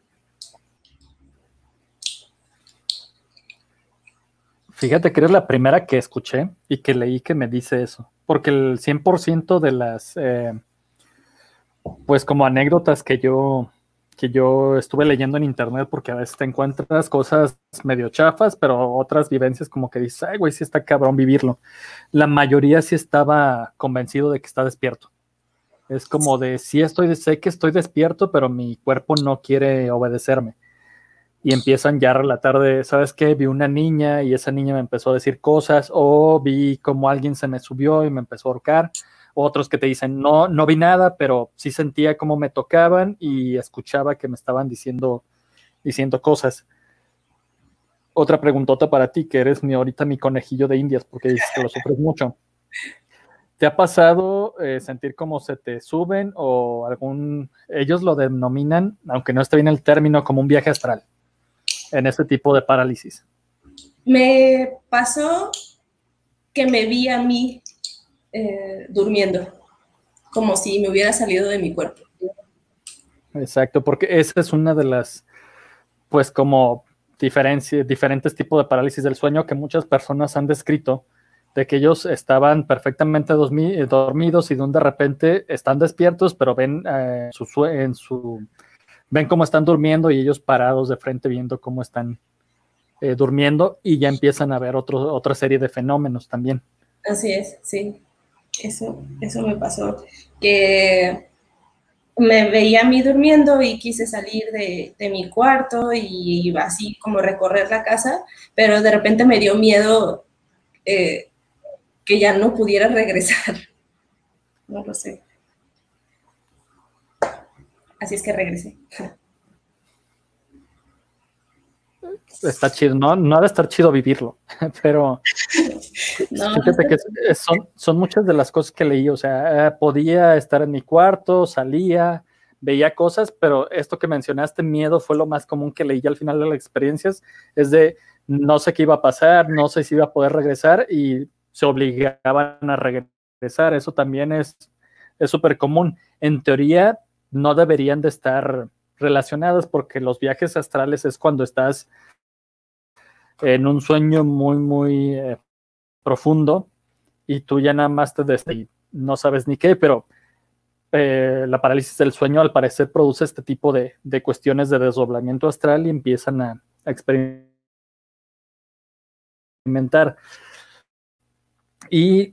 Fíjate que eres la primera que escuché y que leí que me dice eso, porque el 100% de las, pues como anécdotas que yo estuve leyendo en internet, porque a veces te encuentras cosas medio chafas, pero otras vivencias como que dices, ay, güey, sí está cabrón vivirlo. La mayoría sí estaba convencido de que está despierto. Es como de, sí sé que estoy despierto, pero mi cuerpo no quiere obedecerme. Y empiezan ya a relatar de, ¿sabes qué? Vi una niña y esa niña me empezó a decir cosas, o vi como alguien se me subió y me empezó a ahorcar. Otros que te dicen, no vi nada, pero sí sentía cómo me tocaban y escuchaba que me estaban diciendo cosas. Otra preguntota para ti, que eres ahorita mi conejillo de indias, porque dices que lo sufres mucho. ¿Te ha pasado sentir cómo se te suben o ellos lo denominan, aunque no esté bien el término, como un viaje astral en ese tipo de parálisis? Me pasó que me vi a mí durmiendo, como si me hubiera salido de mi cuerpo. Exacto, porque esa es una de las, pues como diferentes tipos de parálisis del sueño que muchas personas han descrito, de que ellos estaban perfectamente dormidos y de repente están despiertos, pero ven ven cómo están durmiendo y ellos parados de frente viendo cómo están durmiendo y ya empiezan a ver otra serie de fenómenos también. Así es, sí. Eso me pasó. Que me veía a mí durmiendo y quise salir de mi cuarto y así como recorrer la casa, pero de repente me dio miedo que ya no pudiera regresar. No lo sé. Así es que regresé. Está chido, no ha de estar chido vivirlo, pero No, fíjate que son muchas de las cosas que leí, o sea, podía estar en mi cuarto, salía, veía cosas, pero esto que mencionaste, miedo, fue lo más común que leí al final de las experiencias, es de no sé qué iba a pasar, no sé si iba a poder regresar y se obligaban a regresar, eso también es súper común. En teoría, no deberían de estar relacionadas porque los viajes astrales es cuando estás en un sueño muy, muy profundo y tú ya nada más y no sabes ni qué, pero la parálisis del sueño al parecer produce este tipo de cuestiones de desdoblamiento astral y empiezan a experimentar. Y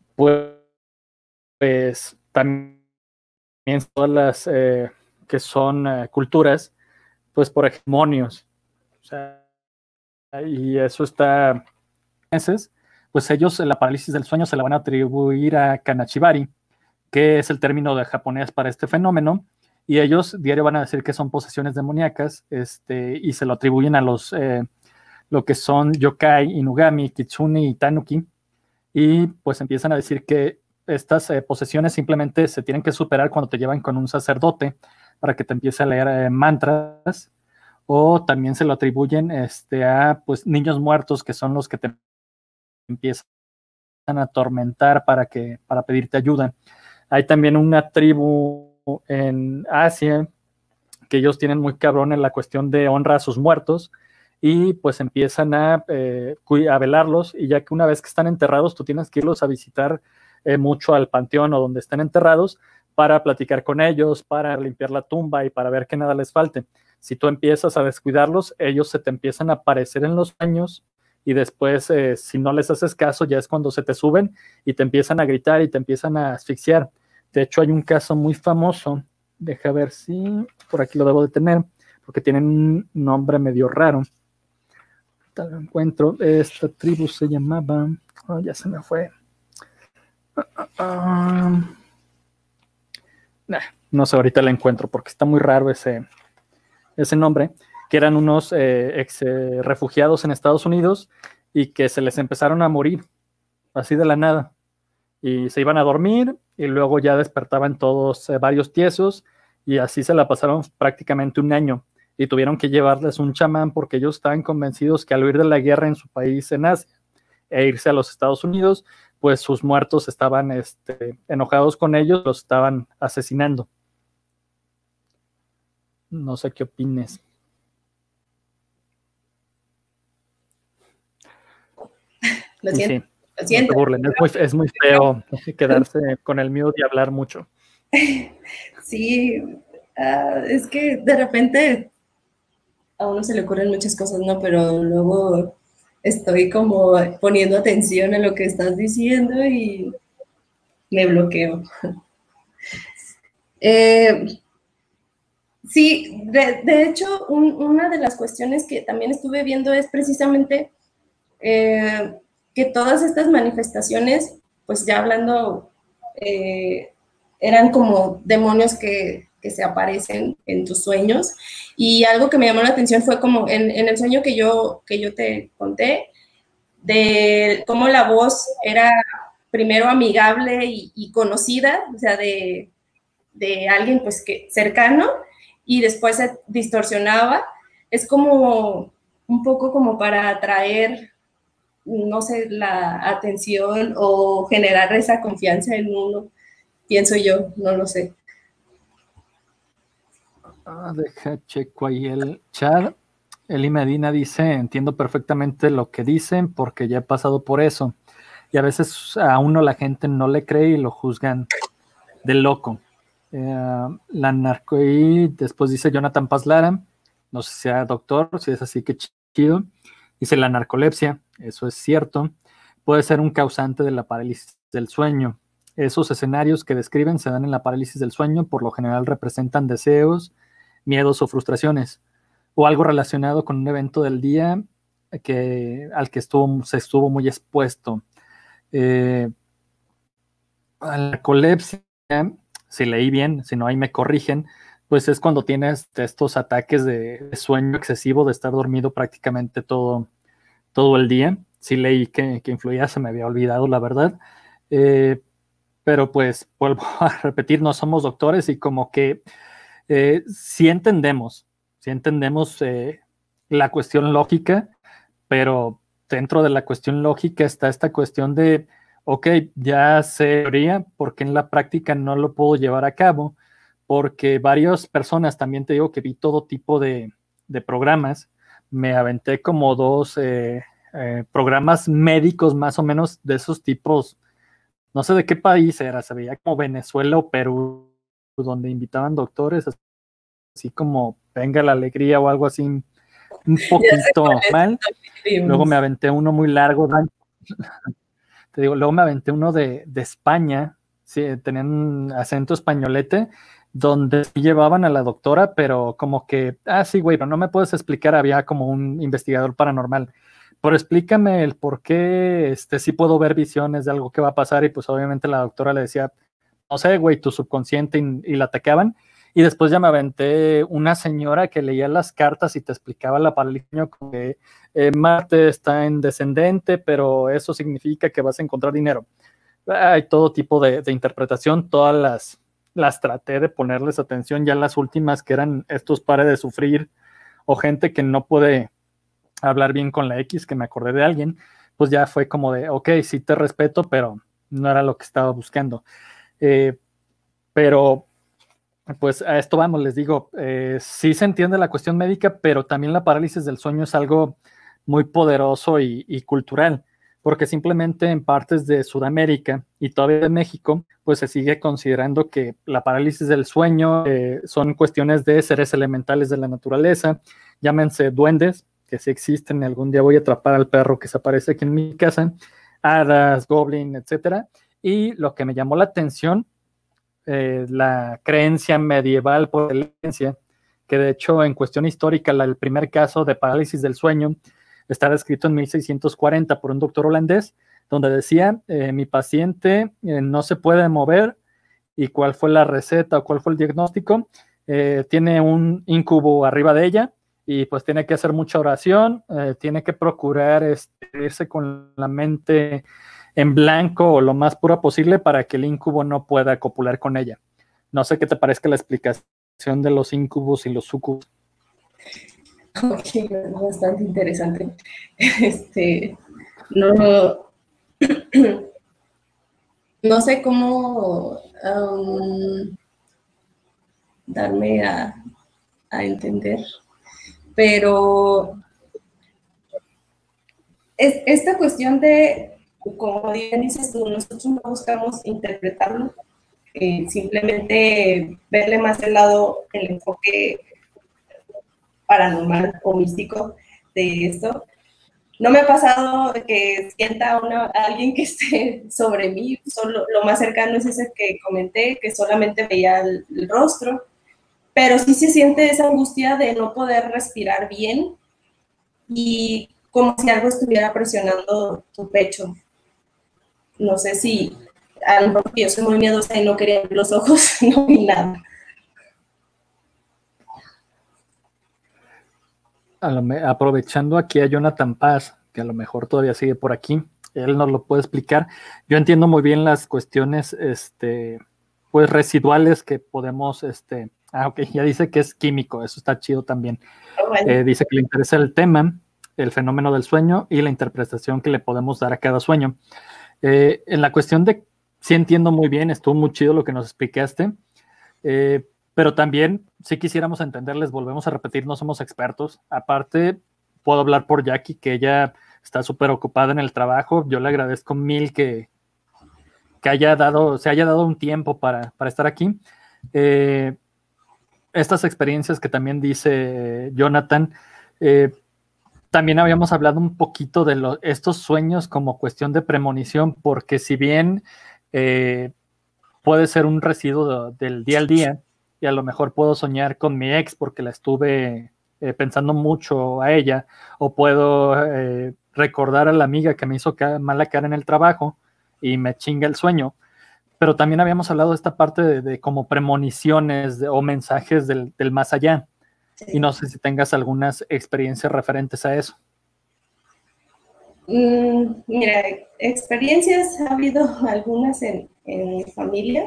pues también todas las que son culturas, pues por hegemonios. O sea, y eso está pues ellos la parálisis del sueño se la van a atribuir a Kanachibari, que es el término de japonés para este fenómeno, y ellos diario van a decir que son posesiones demoníacas, y se lo atribuyen a lo que son yokai, inugami, kitsune y tanuki, y pues empiezan a decir que estas posesiones simplemente se tienen que superar cuando te llevan con un sacerdote para que te empiece a leer mantras, o también se lo atribuyen a pues, niños muertos, que son los que te empiezan a atormentar para pedirte ayuda. Hay también una tribu en Asia que ellos tienen muy cabrón en la cuestión de honra a sus muertos, y pues empiezan a velarlos, y ya que una vez que están enterrados, tú tienes que irlos a visitar mucho al panteón o donde estén enterrados para platicar con ellos, para limpiar la tumba y para ver que nada les falte. Si tú empiezas a descuidarlos, ellos se te empiezan a aparecer en los sueños, y después, si no les haces caso, ya es cuando se te suben y te empiezan a gritar y te empiezan a asfixiar. De hecho, hay un caso muy famoso, deja ver si por aquí lo debo de tener, porque tienen un nombre medio raro. Tal lo encuentro. Esta tribu se llamaba, ya se me fue. No sé, ahorita la encuentro porque está muy raro ese nombre, que eran unos ex refugiados en Estados Unidos y que se les empezaron a morir así de la nada, y se iban a dormir y luego ya despertaban todos varios tiesos, y así se la pasaron prácticamente un año, y tuvieron que llevarles un chamán porque ellos estaban convencidos que al huir de la guerra en su país en Asia e irse a los Estados Unidos, pues sus muertos estaban enojados con ellos, los estaban asesinando. No sé qué opines. Lo siento. Sí, lo siento. No te burlen, es muy feo quedarse con el miedo de hablar mucho. Sí, es que de repente a uno se le ocurren muchas cosas, ¿no? Pero luego estoy como poniendo atención a lo que estás diciendo y me bloqueo. Sí, de hecho, una de las cuestiones que también estuve viendo es precisamente que todas estas manifestaciones, pues ya hablando, eran como demonios que se aparecen en tus sueños. Y algo que me llamó la atención fue como en el sueño que yo te conté, de cómo la voz era primero amigable y conocida, o sea, de alguien pues que cercano, y después se distorsionaba. Es como un poco como para atraer, no sé, la atención o generar esa confianza en uno, pienso yo, no lo sé. Deja checo ahí el chat. Eli Medina dice, entiendo perfectamente lo que dicen porque ya he pasado por eso. Y a veces a uno la gente no le cree y lo juzgan de loco. La narco, y después dice Jonathan Paz Lara, no sé si sea doctor, si es así, que chido. Dice la narcolepsia, eso es cierto, puede ser un causante de la parálisis del sueño. Esos escenarios que describen se dan en la parálisis del sueño, por lo general representan deseos, miedos o frustraciones, o algo relacionado con un evento del día al que se estuvo muy expuesto. La narcolepsia, si leí bien, si no ahí me corrigen, pues es cuando tienes estos ataques de sueño excesivo, de estar dormido prácticamente todo el día. Sí leí que influía, se me había olvidado, la verdad. Pero pues vuelvo a repetir, no somos doctores, y como que sí entendemos la cuestión lógica, pero dentro de la cuestión lógica está esta cuestión de, ok, ya sé teoría, porque en la práctica no lo puedo llevar a cabo, porque varias personas, también te digo que vi todo tipo de programas, me aventé como dos programas médicos más o menos de esos tipos, no sé de qué país era, se veía como Venezuela o Perú, donde invitaban doctores, así como Venga la Alegría o algo así, un poquito mal. Luego me aventé uno muy largo, te digo, luego me aventé uno de España, sí, tenían un acento españolete, donde llevaban a la doctora, pero como que, sí, güey, pero no me puedes explicar, había como un investigador paranormal, pero explícame el por qué, sí puedo ver visiones de algo que va a pasar, y pues obviamente la doctora le decía, no sé, güey, tu subconsciente, y la atacaban. Y después ya me aventé una señora que leía las cartas y te explicaba la parálisis, como que Marte está en descendente, pero eso significa que vas a encontrar dinero. hay todo tipo de interpretación, todas las traté de ponerles atención, ya las últimas que eran estos pare de sufrir o gente que no puede hablar bien con la X, que me acordé de alguien, pues ya fue como de, ok, sí te respeto, pero no era lo que estaba buscando. Pero pues a esto vamos, les digo, sí se entiende la cuestión médica, pero también la parálisis del sueño es algo muy poderoso y cultural, porque simplemente en partes de Sudamérica y todavía en México, pues se sigue considerando que la parálisis del sueño son cuestiones de seres elementales de la naturaleza, llámense duendes, que sí existen, y algún día voy a atrapar al perro que se aparece aquí en mi casa, hadas, goblin, etcétera. Y lo que me llamó la atención, la creencia medieval por excelencia, que de hecho en cuestión histórica el primer caso de parálisis del sueño está descrito en 1640 por un doctor holandés, donde decía, mi paciente no se puede mover, y cuál fue la receta o cuál fue el diagnóstico, tiene un incubo arriba de ella, y pues tiene que hacer mucha oración, tiene que procurar irse con la mente en blanco o lo más pura posible para que el incubo no pueda copular con ella. No sé qué te parezca la explicación de los incubos y los sucubos. Ok, bastante interesante. No, no sé cómo darme a entender, pero esta cuestión de, como bien dices tú, nosotros no buscamos interpretarlo, simplemente verle más el lado, el enfoque paranormal o místico de esto. No me ha pasado que sienta a alguien que esté sobre mí, solo, lo más cercano es ese que comenté, que solamente veía el rostro, pero sí se siente esa angustia de no poder respirar bien y como si algo estuviera presionando tu pecho. No sé si, a lo mejor yo soy muy miedosa y no quería abrir los ojos, no vi nada. Aprovechando aquí a Jonathan Paz, que a lo mejor todavía sigue por aquí, él nos lo puede explicar. Yo entiendo muy bien las cuestiones, pues residuales que podemos, ok, ya dice que es químico, eso está chido también. Bueno. Dice que le interesa el tema, el fenómeno del sueño y la interpretación que le podemos dar a cada sueño. En la cuestión de, sí entiendo muy bien, estuvo muy chido lo que nos explicaste, pero también, si quisiéramos entenderles, volvemos a repetir, no somos expertos. Aparte, puedo hablar por Jackie, que ella está súper ocupada en el trabajo. Yo le agradezco mil que se haya dado un tiempo para estar aquí. Estas experiencias que también dice Jonathan, también habíamos hablado un poquito de estos sueños como cuestión de premonición, porque si bien puede ser un residuo del día al día, y a lo mejor puedo soñar con mi ex porque la estuve pensando mucho a ella, o puedo recordar a la amiga que me hizo mala cara en el trabajo y me chinga el sueño. Pero también habíamos hablado de esta parte de como premoniciones o mensajes del más allá. Sí. Y no sé si tengas algunas experiencias referentes a eso. Mira, experiencias ha habido algunas en mi familia.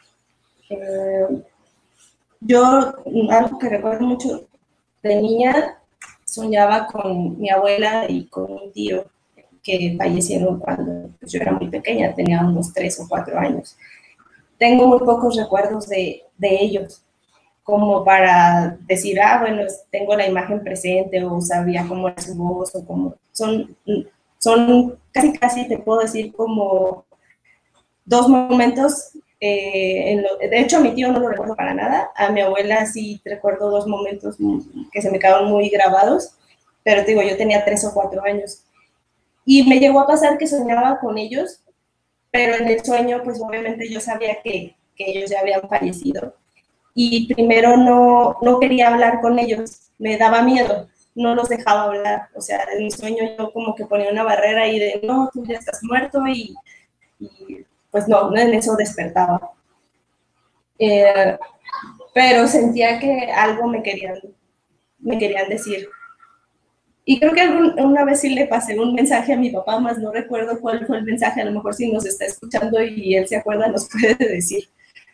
Yo, algo que recuerdo mucho de niña, soñaba con mi abuela y con un tío que fallecieron cuando yo era muy pequeña, tenía unos 3 o 4 años. Tengo muy pocos recuerdos de ellos, como para decir, bueno, tengo la imagen presente o sabía cómo era su voz o cómo. Son casi te puedo decir como 2 momentos. De hecho, a mi tío no lo recuerdo para nada. A mi abuela sí recuerdo 2 momentos que se me quedaron muy grabados, pero te digo, yo tenía 3 o 4 años. Y me llegó a pasar que soñaba con ellos, pero en el sueño, pues obviamente yo sabía que ellos ya habían fallecido. Y primero no quería hablar con ellos, me daba miedo, no los dejaba hablar. O sea, en mi sueño yo como que ponía una barrera y de, no, tú ya estás muerto y pues no, en eso despertaba. Pero sentía que algo me querían decir. Y creo que una vez sí le pasé un mensaje a mi papá, más no recuerdo cuál fue el mensaje, a lo mejor si nos está escuchando y él se acuerda, nos puede decir.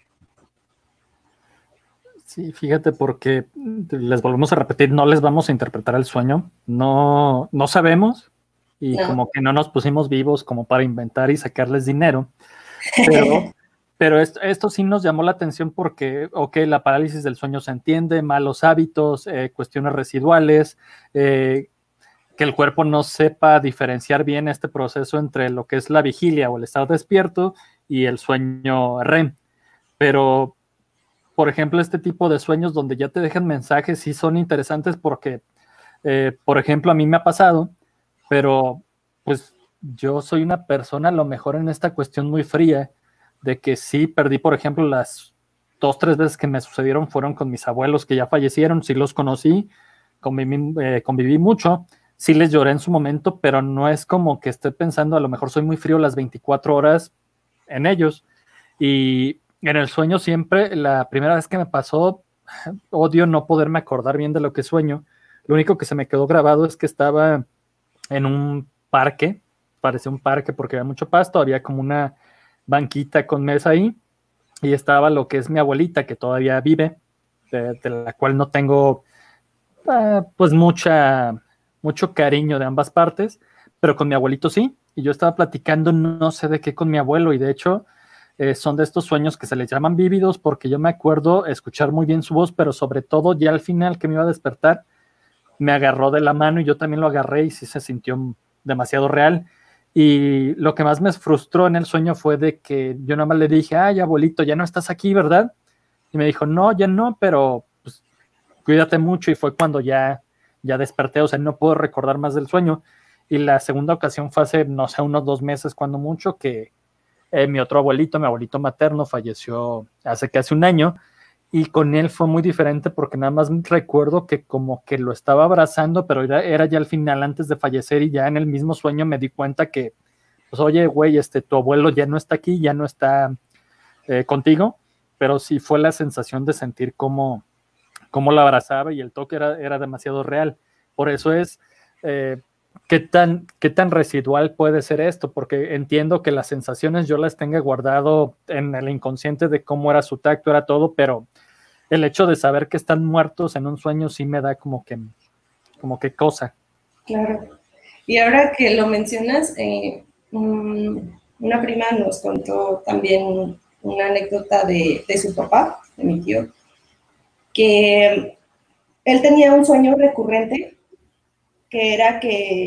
Sí, fíjate, porque les volvemos a repetir, no les vamos a interpretar el sueño, no, no sabemos y No. como que no nos pusimos vivos como para inventar y sacarles dinero, pero, pero esto sí nos llamó la atención porque, ok, la parálisis del sueño se entiende, malos hábitos, cuestiones residuales, que el cuerpo no sepa diferenciar bien este proceso entre lo que es la vigilia o el estar despierto y el sueño REM, pero por ejemplo, este tipo de sueños donde ya te dejan mensajes sí son interesantes porque, por ejemplo, a mí me ha pasado, pero pues yo soy una persona a lo mejor en esta cuestión muy fría, de que sí perdí, por ejemplo, las 2, 3 veces que me sucedieron fueron con mis abuelos que ya fallecieron, sí los conocí, conviví mucho, sí les lloré en su momento, pero no es como que esté pensando, a lo mejor soy muy frío las 24 horas en ellos. Y en el sueño siempre, la primera vez que me pasó, odio no poderme acordar bien de lo que sueño. Lo único que se me quedó grabado es que estaba en un parque, parecía un parque porque había mucho pasto, había como una banquita con mesa ahí y estaba lo que es mi abuelita que todavía vive, de la cual no tengo pues mucho cariño de ambas partes, pero con mi abuelito sí, y yo estaba platicando no sé de qué con mi abuelo y de hecho son de estos sueños que se les llaman vívidos porque yo me acuerdo escuchar muy bien su voz, pero sobre todo ya al final que me iba a despertar, me agarró de la mano y yo también lo agarré y sí se sintió demasiado real. Y lo que más me frustró en el sueño fue de que yo nada más le dije, ay abuelito, ya no estás aquí, ¿verdad? Y me dijo, no, ya no, pero pues, cuídate mucho y fue cuando ya desperté, o sea, no puedo recordar más del sueño. Y la segunda ocasión fue hace, no sé, unos 2 meses, cuando mucho, que mi otro abuelito, mi abuelito materno, falleció hace casi un año y con él fue muy diferente porque nada más recuerdo que como que lo estaba abrazando, pero era ya al final antes de fallecer y ya en el mismo sueño me di cuenta que, pues oye, güey, tu abuelo ya no está aquí, ya no está contigo, pero sí fue la sensación de sentir cómo lo abrazaba y el toque era demasiado real. Por eso es, eh, ¿qué tan residual puede ser esto? Porque entiendo que las sensaciones yo las tenga guardado en el inconsciente de cómo era su tacto, era todo, pero el hecho de saber que están muertos en un sueño sí me da como que cosa. Claro. Y ahora que lo mencionas, una prima nos contó también una anécdota de su papá, de mi tío, que él tenía un sueño recurrente que era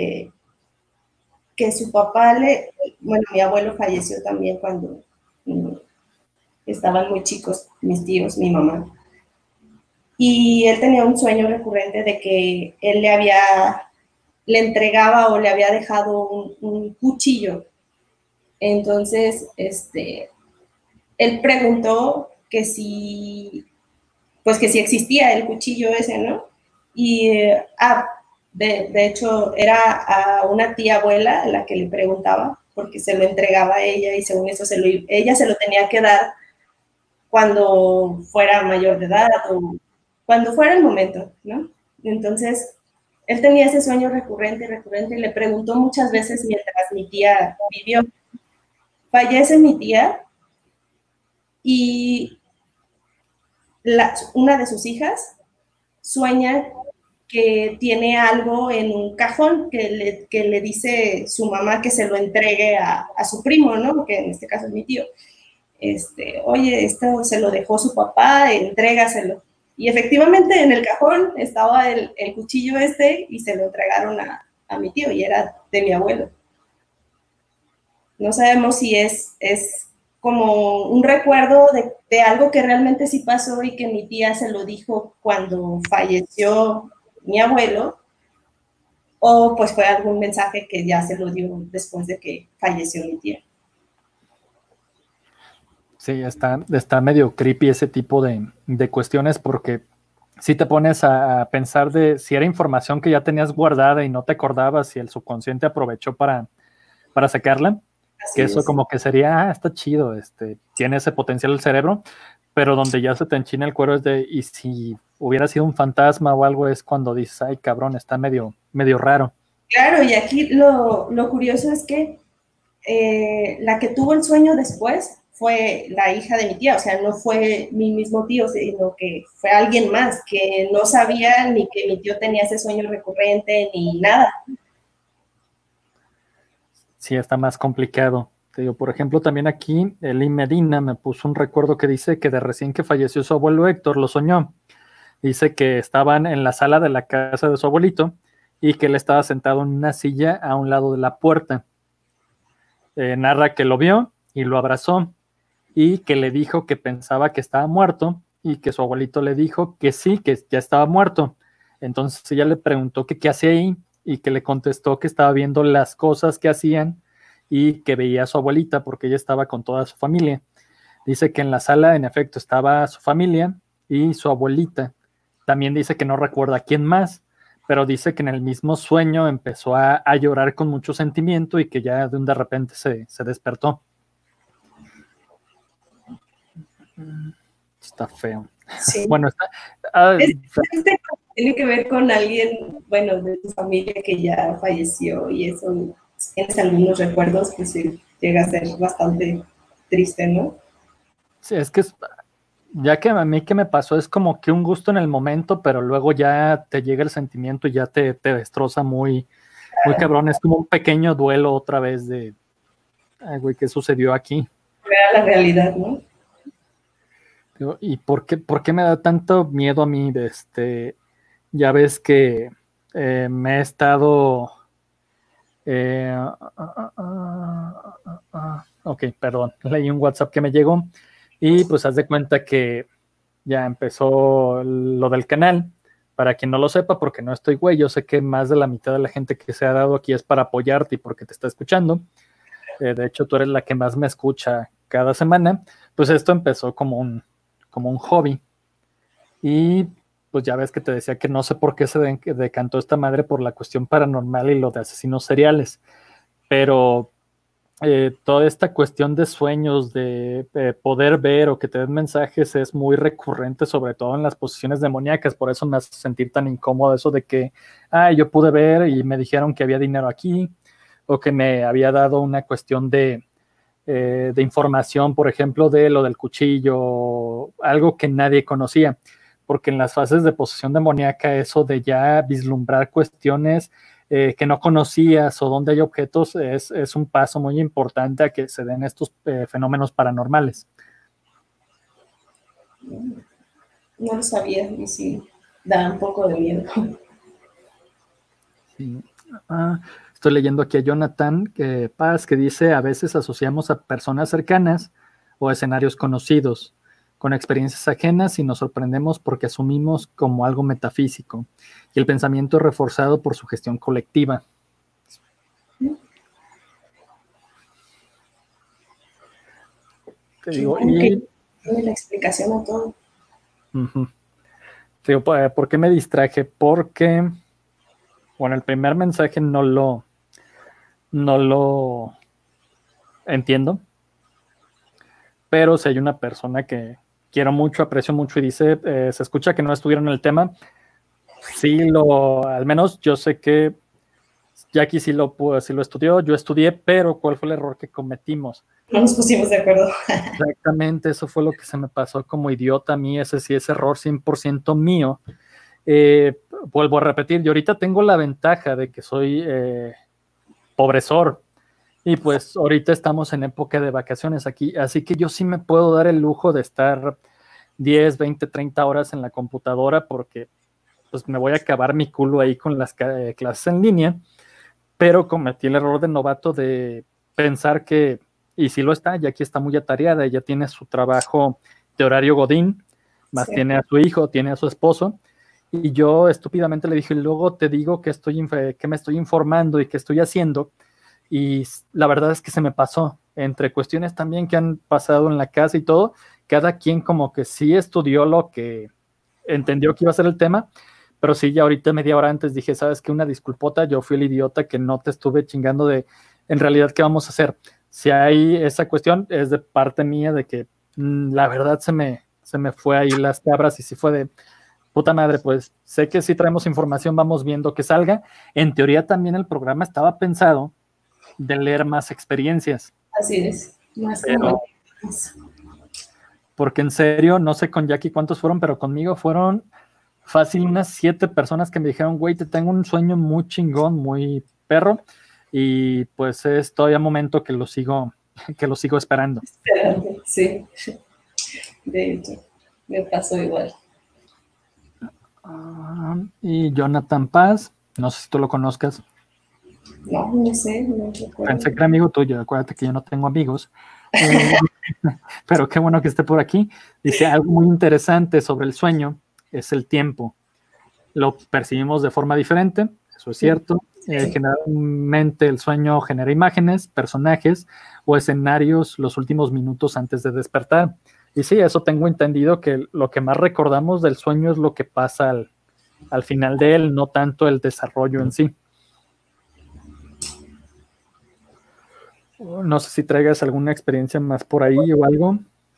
que su papá bueno, mi abuelo falleció también cuando estaban muy chicos, mis tíos, mi mamá. Y él tenía un sueño recurrente de que él le entregaba o le había dejado un cuchillo. Entonces, él preguntó pues que si existía el cuchillo ese, ¿no? Y, de hecho, era a una tía abuela a la que le preguntaba, porque se lo entregaba a ella y según eso ella se lo tenía que dar cuando fuera mayor de edad o cuando fuera el momento, ¿no? Entonces, él tenía ese sueño recurrente y le preguntó muchas veces mientras mi tía vivió. Fallece mi tía y una de sus hijas sueña que tiene algo en un cajón que le dice su mamá que se lo entregue a su primo, ¿no? Que en este caso es mi tío. Oye, esto se lo dejó su papá, entrégaselo. Y efectivamente en el cajón estaba el cuchillo y se lo entregaron a mi tío y era de mi abuelo. No sabemos si es como un recuerdo de algo que realmente sí pasó y que mi tía se lo dijo cuando falleció mi abuelo, o pues fue algún mensaje que ya se lo dio después de que falleció mi tía. Sí, está medio creepy ese tipo de cuestiones porque si te pones a pensar de si era información que ya tenías guardada y no te acordabas si el subconsciente aprovechó para sacarla, Así que eso es. como que sería, está chido, tiene ese potencial el cerebro, pero donde ya se te enchina el cuero es de, y si hubiera sido un fantasma o algo, es cuando dices, ay, cabrón, está medio raro. Claro, y aquí lo curioso es que la que tuvo el sueño después fue la hija de mi tía, o sea, no fue mi mismo tío, sino que fue alguien más que no sabía ni que mi tío tenía ese sueño recurrente ni nada. Sí, está más complicado. Te digo, por ejemplo, también aquí Eli Medina me puso un recuerdo que dice que de recién que falleció su abuelo Héctor lo soñó. Dice que estaban en la sala de la casa de su abuelito y que él estaba sentado en una silla a un lado de la puerta. Narra que lo vio y lo abrazó y que le dijo que pensaba que estaba muerto y que su abuelito le dijo que sí, que ya estaba muerto. Entonces ella le preguntó que qué hacía ahí y que le contestó que estaba viendo las cosas que hacían y que veía a su abuelita porque ella estaba con toda su familia. Dice que en la sala en efecto estaba su familia y su abuelita. También dice que no recuerda quién más, pero dice que en el mismo sueño empezó a llorar con mucho sentimiento y que ya de repente se despertó. Está feo. Sí. Bueno, tiene que ver con alguien, bueno, de tu familia que ya falleció y eso, tienes algunos recuerdos, pues sí, llega a ser bastante triste, ¿no? sí, es que ya que a mí que me pasó es como que un gusto en el momento, pero luego ya te llega el sentimiento y ya te destroza muy cabrón. Es como un pequeño duelo otra vez de, ay, güey, ¿qué sucedió aquí? Era la realidad, ¿no? ¿Y por qué me da tanto miedo a mí? Ya ves que me he estado... ok, perdón, leí un WhatsApp que me llegó y pues haz de cuenta que ya empezó lo del canal. Para quien no lo sepa, porque no estoy güey, yo sé que más de la mitad de la gente que se ha dado aquí es para apoyarte y porque te está escuchando. De hecho, tú eres la que más me escucha cada semana. Pues esto empezó como un hobby. Y pues ya ves que te decía que no sé por qué se decantó esta madre por la cuestión paranormal y lo de asesinos seriales. Pero toda esta cuestión de sueños, de poder ver o que te den mensajes es muy recurrente, sobre todo en las posiciones demoníacas. Por eso me hace sentir tan incómodo eso de que, yo pude ver y me dijeron que había dinero aquí, o que me había dado una cuestión de información, por ejemplo, de lo del cuchillo, algo que nadie conocía. Porque en las fases de posesión demoníaca, eso de ya vislumbrar cuestiones que no conocías o donde hay objetos es un paso muy importante a que se den estos fenómenos paranormales. No lo sabía y sí, da un poco de miedo. Sí. Estoy leyendo aquí a Jonathan Paz que dice, a veces asociamos a personas cercanas o escenarios conocidos con experiencias ajenas y nos sorprendemos porque asumimos como algo metafísico y el pensamiento es reforzado por su gestión colectiva. Te digo, y tiene la explicación a todo. Te digo, ¿por qué me distraje? Porque, bueno, el primer mensaje no lo entiendo, pero si hay una persona que quiero mucho, aprecio mucho y dice, se escucha que no estuvieron en el tema, sí al menos yo sé que Jackie sí lo estudió, yo estudié, pero ¿cuál fue el error que cometimos? No nos pusimos de acuerdo. Exactamente, eso fue lo que se me pasó como idiota a mí, ese sí es error 100% mío. Vuelvo a repetir, yo ahorita tengo la ventaja de que soy pobresor y pues ahorita estamos en época de vacaciones aquí, así que yo sí me puedo dar el lujo de estar 10, 20, 30 horas en la computadora porque pues me voy a acabar mi culo ahí con las clases en línea, pero cometí el error de novato de pensar que, y sí lo está, ya aquí está muy atareada, ella tiene su trabajo de horario godín, más sí. Tiene a su hijo, tiene a su esposo, y yo estúpidamente le dije, luego te digo que me estoy informando y que estoy haciendo, y la verdad es que se me pasó, entre cuestiones también que han pasado en la casa y todo, cada quien como que sí estudió lo que entendió que iba a ser el tema, pero sí, ya ahorita media hora antes dije, ¿sabes qué? Una disculpota, yo fui el idiota que no te estuve chingando de, en realidad, ¿qué vamos a hacer? Si hay esa cuestión, es de parte mía de que la verdad se me se me fue ahí las cabras y sí fue de puta madre, pues sé que si traemos información vamos viendo que salga. En teoría también el programa estaba pensado de leer más experiencias. Así es, más pero, como... porque en serio, no sé con Jackie cuántos fueron, pero conmigo fueron fácil unas 7 personas que me dijeron, güey, te tengo un sueño muy chingón, muy perro, y pues es todavía momento que lo sigo esperando. Sí, de hecho, me pasó igual. Y Jonathan Paz, no sé si tú lo conozcas. No, no sé, no recuerdo. Pensé que era amigo tuyo, acuérdate que yo no tengo amigos. Pero qué bueno que esté por aquí. Dice algo muy interesante sobre el sueño, es el tiempo. Lo percibimos de forma diferente, eso es cierto. Generalmente el sueño genera imágenes, personajes o escenarios los últimos minutos antes de despertar. Y sí, eso tengo entendido que lo que más recordamos del sueño es lo que pasa al final de él, no tanto el desarrollo en sí. No sé si traigas alguna experiencia más por ahí o algo.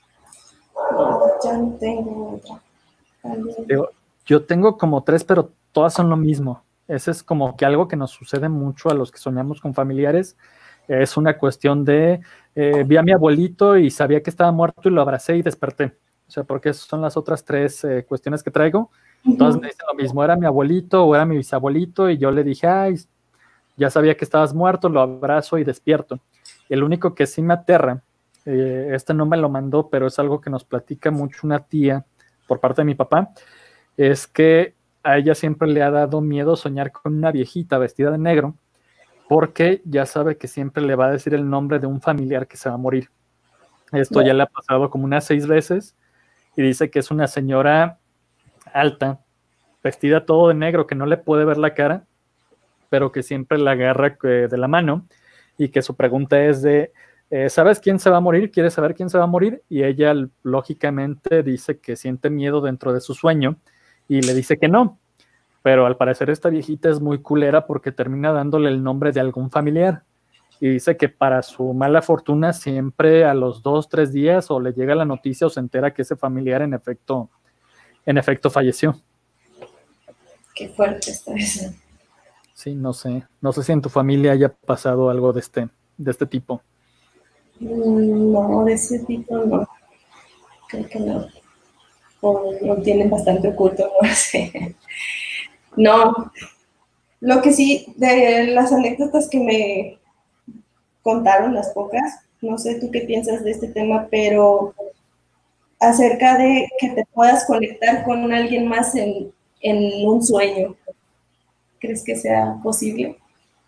Ya no tengo otra. Yo tengo como 3, pero todas son lo mismo. Ese es como que algo que nos sucede mucho a los que soñamos con familiares. Es una cuestión de, vi a mi abuelito y sabía que estaba muerto y lo abracé y desperté. O sea, porque esas son las otras 3 cuestiones que traigo. Todas me dicen lo mismo, era mi abuelito o era mi bisabuelito y yo le dije, ay, ya sabía que estabas muerto, lo abrazo y despierto. El único que sí me aterra, este no me lo mandó, pero es algo que nos platica mucho una tía por parte de mi papá, es que a ella siempre le ha dado miedo soñar con una viejita vestida de negro, porque ya sabe que siempre le va a decir el nombre de un familiar que se va a morir. Esto ya le ha pasado como unas 6 veces y dice que es una señora alta, vestida todo de negro, que no le puede ver la cara, pero que siempre la agarra de la mano y que su pregunta es de, ¿sabes quién se va a morir? ¿Quieres saber quién se va a morir? Y ella lógicamente dice que siente miedo dentro de su sueño y le dice que no, pero al parecer esta viejita es muy culera porque termina dándole el nombre de algún familiar y dice que para su mala fortuna siempre a los 2, 3 días o le llega la noticia o se entera que ese familiar en efecto falleció. Qué fuerte está eso. Sí, no sé si en tu familia haya pasado algo de este tipo. No, de ese tipo no, creo que no. O lo tienen bastante oculto, no sé. No, lo que sí, de las anécdotas que me contaron, las pocas, no sé tú qué piensas de este tema, pero acerca de que te puedas conectar con alguien más en un sueño, ¿crees que sea posible?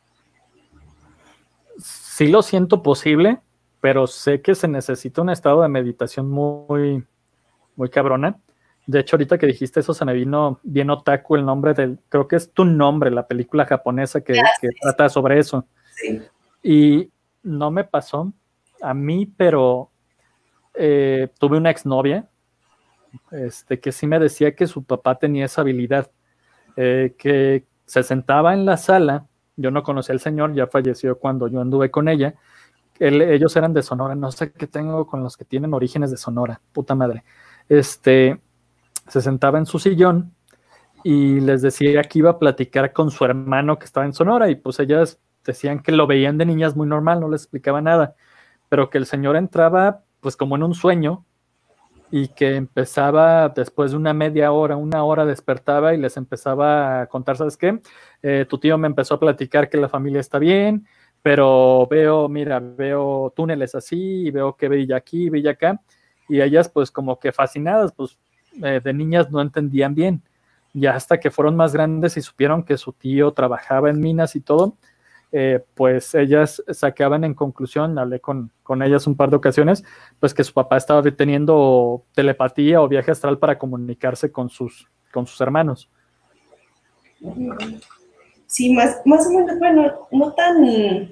Sí lo siento posible, pero sé que se necesita un estado de meditación muy, muy cabrona. De hecho, ahorita que dijiste eso, se me vino bien otaku el nombre creo que es Tu Nombre, la película japonesa que trata sobre eso. Sí. Y no me pasó a mí, pero tuve una exnovia que sí me decía que su papá tenía esa habilidad, que se sentaba en la sala, yo no conocía al señor, ya falleció cuando yo anduve con ella, ellos eran de Sonora, no sé qué tengo con los que tienen orígenes de Sonora, puta madre, se sentaba en su sillón y les decía que iba a platicar con su hermano que estaba en Sonora y pues ellas decían que lo veían de niñas muy normal, no les explicaba nada, pero que el señor entraba pues como en un sueño y que empezaba después de una media hora, 1 hora despertaba y les empezaba a contar, ¿sabes qué? Tu tío me empezó a platicar que la familia está bien, pero veo túneles así, y veo que veía aquí, veía acá, y ellas pues como que fascinadas, pues de niñas no entendían bien, ya hasta que fueron más grandes y supieron que su tío trabajaba en minas y todo, pues ellas sacaban en conclusión, hablé con ellas un par de ocasiones, pues que su papá estaba teniendo telepatía o viaje astral para comunicarse con sus hermanos. Sí, más o menos, bueno, no tan,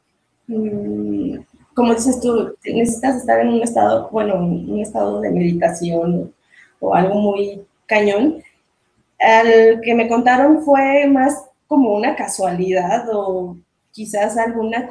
como dices tú, necesitas estar en un estado, bueno, un estado de meditación o algo muy cañón. Al que me contaron fue más como una casualidad o quizás alguna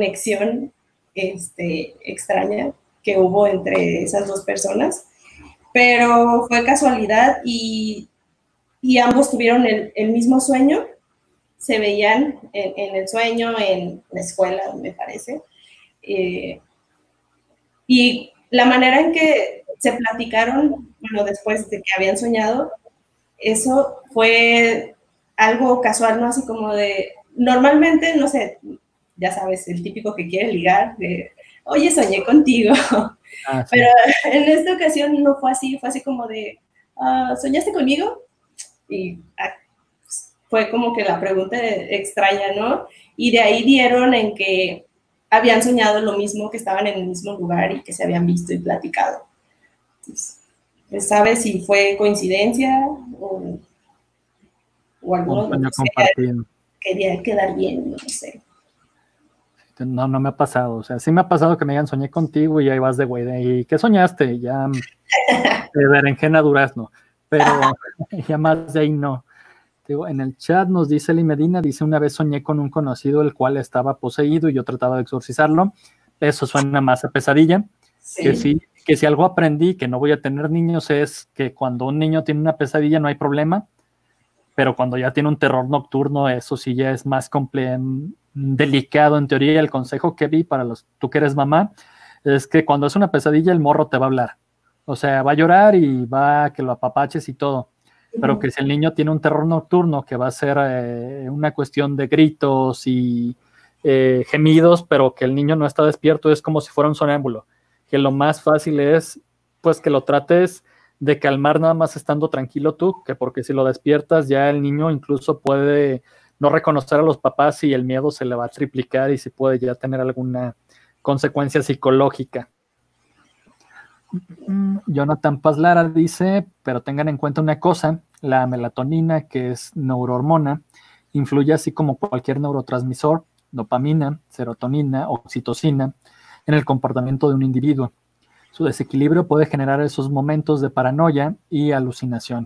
conexión extraña que hubo entre esas dos personas. pero fue casualidad y ambos tuvieron el mismo sueño, se veían en el sueño, en la escuela, me parece. Y la manera en que se platicaron, bueno, después de que habían soñado, eso fue algo casual, ¿no? Así como de, normalmente, no sé, ya sabes, el típico que quiere ligar, de, oye, soñé contigo. Ah, sí. Pero en esta ocasión no fue así como de, ¿soñaste conmigo? Y fue como que la pregunta extraña, ¿no? Y de ahí dieron en que habían soñado lo mismo, que estaban en el mismo lugar y que se habían visto y platicado. Entonces, ¿sabes si fue coincidencia o alguno de los dos quería quedar bien? No sé. No, no me ha pasado. O sea, sí me ha pasado que me digan soñé contigo y ahí vas de güey. ¿Y qué soñaste? Ya berenjena durazno. Pero ya más de ahí no. Digo, en el chat nos dice Eli Medina, dice una vez soñé con un conocido el cual estaba poseído y yo trataba de exorcizarlo. Eso suena más a pesadilla. Sí. Que si algo aprendí que no voy a tener niños es que cuando un niño tiene una pesadilla no hay problema, pero cuando ya tiene un terror nocturno, eso sí ya es más delicado. En teoría, el consejo que vi para tú que eres mamá es que cuando es una pesadilla el morro te va a hablar. O sea, va a llorar y va a que lo apapaches y todo. Pero que si el niño tiene un terror nocturno, que va a ser una cuestión de gritos y gemidos, pero que el niño no está despierto, es como si fuera un sonámbulo. Que lo más fácil es, pues, que lo trates de calmar nada más estando tranquilo tú, que porque si lo despiertas ya el niño incluso puede no reconocer a los papás y el miedo se le va a triplicar y se puede ya tener alguna consecuencia psicológica. Jonathan Paz Lara dice, pero tengan en cuenta una cosa, la melatonina, que es neurohormona, influye así como cualquier neurotransmisor, dopamina, serotonina, oxitocina, en el comportamiento de un individuo. Su desequilibrio puede generar esos momentos de paranoia y alucinación.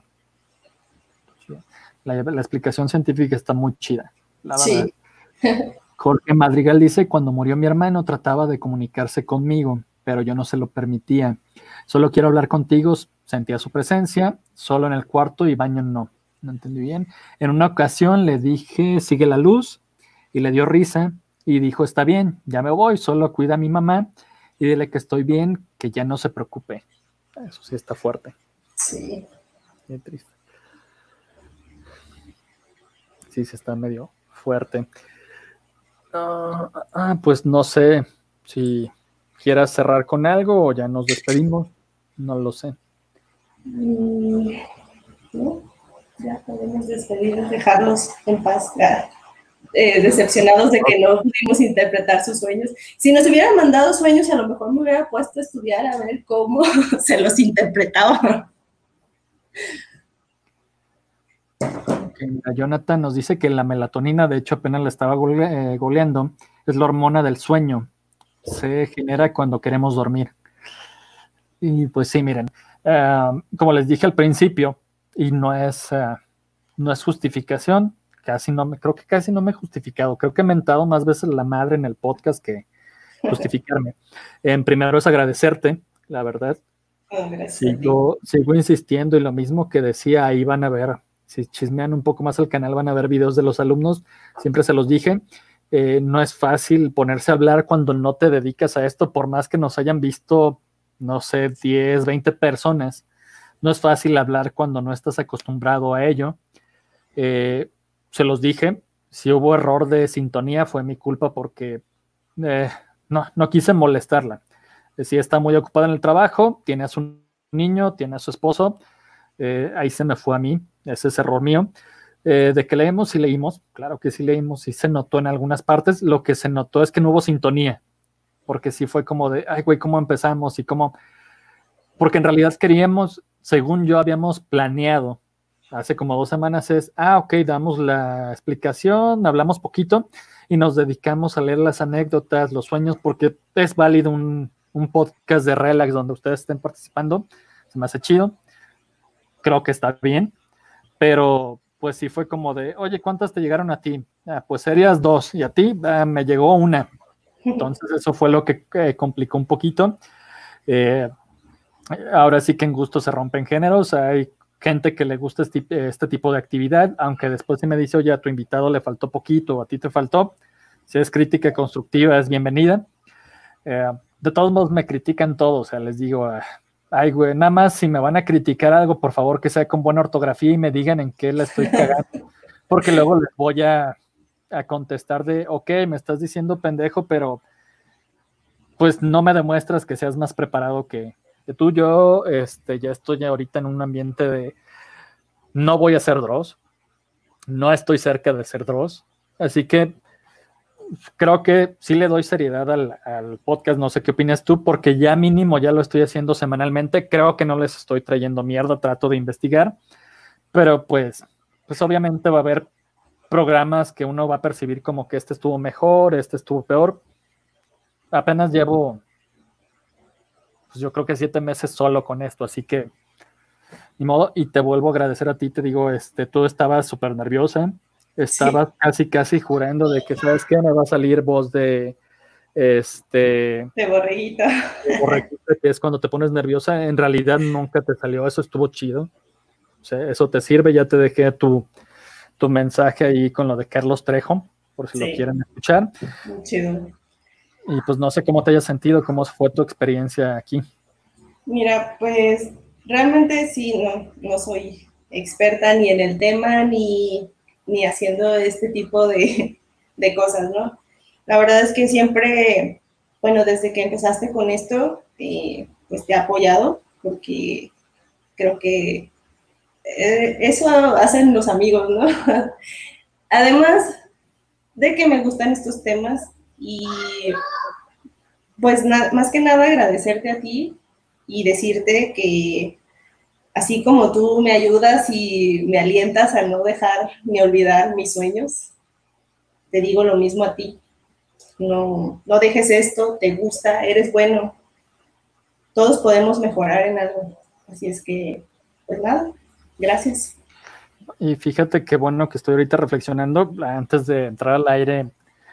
La explicación científica está muy chida, la verdad. Sí. Jorge Madrigal dice, cuando murió mi hermano trataba de comunicarse conmigo, pero yo no se lo permitía. Solo quiero hablar contigo, sentía su presencia, solo en el cuarto y baño no. No entendí bien. En una ocasión le dije, sigue la luz, y le dio risa y dijo, está bien, ya me voy, solo cuida a mi mamá y dile que estoy bien, que ya no se preocupe. Eso sí está fuerte. Sí. Qué triste. Sí, se está medio fuerte. Pues no sé si quieras cerrar con algo o ya nos despedimos. No lo sé. ¿No? Ya podemos despedirnos, dejarlos en paz. Decepcionados de que no pudimos interpretar sus sueños. Si nos hubieran mandado sueños, a lo mejor me hubiera puesto a estudiar a ver cómo se los interpretaban. Okay, Jonathan nos dice que la melatonina, de hecho apenas la estaba googleando, es la hormona del sueño. Se genera cuando queremos dormir. Y pues sí, miren, como les dije al principio, y no es justificación, creo que casi no me he justificado, creo que he mentado más veces la madre en el podcast que justificarme. Primero es agradecerte, la verdad. Sigo insistiendo y lo mismo que decía, ahí van a ver, si chismean un poco más el canal van a ver videos de los alumnos, siempre se los dije, no es fácil ponerse a hablar cuando no te dedicas a esto, por más que nos hayan visto, no sé, 10, 20 personas, no es fácil hablar cuando no estás acostumbrado a ello. Se los dije, si hubo error de sintonía fue mi culpa porque no quise molestarla. Si está muy ocupada en el trabajo, tiene a su niño, tiene a su esposo, ahí se me fue a mí, ese es error mío. De que leímos, sí leímos, claro que sí leímos, sí se notó en algunas partes, lo que se notó es que no hubo sintonía, porque sí fue como de, ay güey, ¿cómo empezamos? Y cómo, porque en realidad queríamos, según yo habíamos planeado, hace como 2 semanas ok, damos la explicación, hablamos poquito y nos dedicamos a leer las anécdotas, los sueños, porque es válido un podcast de relax donde ustedes estén participando, se me hace chido, creo que está bien, pero pues sí fue como de, oye, ¿cuántas te llegaron a ti? Pues serías 2 y a ti me llegó 1. Entonces eso fue lo que complicó un poquito. Ahora sí que en gusto se rompen géneros, hay gente que le gusta este tipo de actividad, aunque después si me dice, oye, a tu invitado le faltó poquito o a ti te faltó, si es crítica constructiva es bienvenida. De todos modos me critican todos, o sea, les digo, ay, güey, nada más si me van a criticar algo, por favor que sea con buena ortografía y me digan en qué la estoy cagando, porque luego les voy a contestar de, ok, me estás diciendo pendejo, pero pues no me demuestras que seas más preparado que tú. Yo ya estoy ahorita en un ambiente de no voy a ser Dross, no estoy cerca de ser Dross, así que creo que sí le doy seriedad al podcast, no sé qué opinas tú, porque ya mínimo ya lo estoy haciendo semanalmente, creo que no les estoy trayendo mierda, trato de investigar, pero pues obviamente va a haber programas que uno va a percibir como que este estuvo mejor, este estuvo peor. Apenas llevo, pues yo creo que 7 meses solo con esto, así que ni modo, y te vuelvo a agradecer a ti, te digo, tú estabas súper nerviosa, estabas casi jurando de que, ¿sabes qué? Me va a salir voz de, De borreguito. de borreguito, que es cuando te pones nerviosa, en realidad nunca te salió, eso estuvo chido, o sea, eso te sirve, ya te dejé tu mensaje ahí con lo de Carlos Trejo, por si lo quieren escuchar. Muy chido. Y pues no sé cómo te hayas sentido, cómo fue tu experiencia aquí. Mira, pues realmente sí, no soy experta ni en el tema ni haciendo este tipo de cosas, ¿no? La verdad es que siempre, bueno, desde que empezaste con esto, pues te he apoyado porque creo que eso hacen los amigos, ¿no? Además de que me gustan estos temas y pues más que nada agradecerte a ti y decirte que así como tú me ayudas y me alientas a no dejar ni olvidar mis sueños, te digo lo mismo a ti. No dejes esto, te gusta, eres bueno. Todos podemos mejorar en algo. Así es que, pues nada, gracias. Y fíjate qué bueno que estoy ahorita reflexionando, antes de entrar al aire,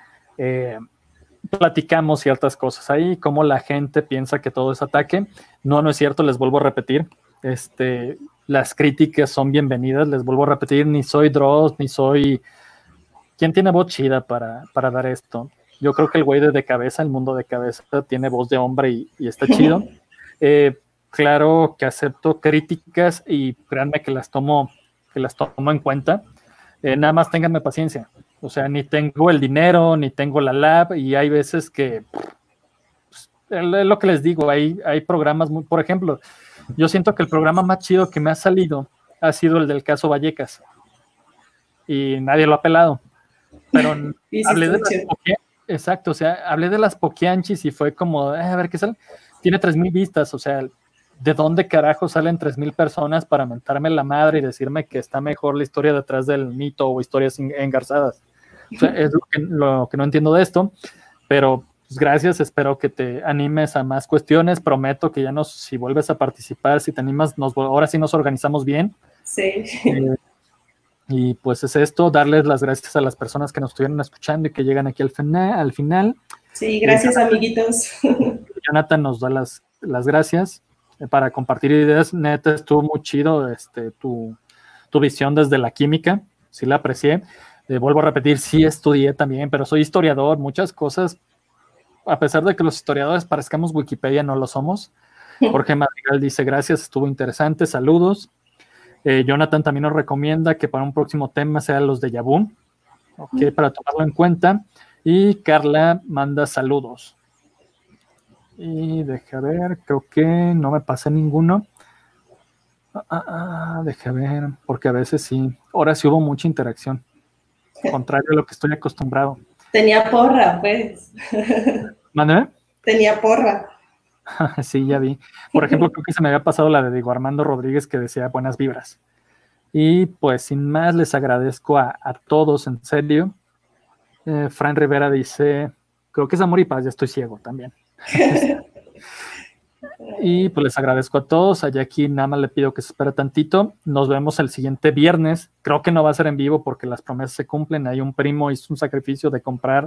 platicamos ciertas cosas ahí, cómo la gente piensa que todo es ataque. No es cierto, les vuelvo a repetir. Las críticas son bienvenidas, les vuelvo a repetir, ni soy Dross, ni soy... ¿Quién tiene voz chida para dar esto? Yo creo que el güey de cabeza, el mundo de cabeza, tiene voz de hombre y está chido. Claro que acepto críticas y créanme que las tomo en cuenta. Nada más ténganme paciencia. O sea, ni tengo el dinero, ni tengo la lab, y hay veces que, pues, es lo que les digo, hay programas, por ejemplo, yo siento que el programa más chido que me ha salido ha sido el del caso Vallecas, y nadie lo ha pelado, pero hablé de las exacto, o sea, hablé de las poquianchis y fue como, a ver qué sale, tiene 3,000 vistas, o sea, ¿de dónde carajo salen 3,000 personas para mentarme la madre y decirme que está mejor la historia detrás del mito o historias engarzadas? O sea, es lo que no entiendo de esto, pero pues, gracias, espero que te animes a más cuestiones, prometo que ya si vuelves a participar, si te animas, ahora sí nos organizamos bien. Sí. Y pues es esto, darles las gracias a las personas que nos estuvieron escuchando y que llegan aquí al final. Sí, gracias, amiguitos. Jonathan nos da las gracias para compartir ideas. Neta, estuvo muy chido tu visión desde la química, sí la aprecié. Vuelvo a repetir, sí estudié también, pero soy historiador, muchas cosas, a pesar de que los historiadores parezcamos Wikipedia, no lo somos. Jorge Madrigal dice, gracias, estuvo interesante, saludos. Jonathan también nos recomienda que para un próximo tema sean los de Yabú, para tomarlo en cuenta. Y Carla manda saludos. Y deja ver, creo que no me pasa ninguno. Deja ver, porque a veces sí, ahora sí hubo mucha interacción, contrario a lo que estoy acostumbrado. Tenía porra, pues. ¿Mándeme? Tenía porra. Sí, ya vi. Por ejemplo, creo que se me había pasado la de Diego Armando Rodríguez que decía buenas vibras. Y pues sin más, les agradezco a todos, en serio. Fran Rivera dice, creo que es amor y paz, ya estoy ciego también. Y pues les agradezco a todos. A Jackie nada más le pido que se espere tantito. Nos vemos el siguiente viernes. Creo que no va a ser en vivo porque las promesas se cumplen. Hay un primo hizo un sacrificio de comprar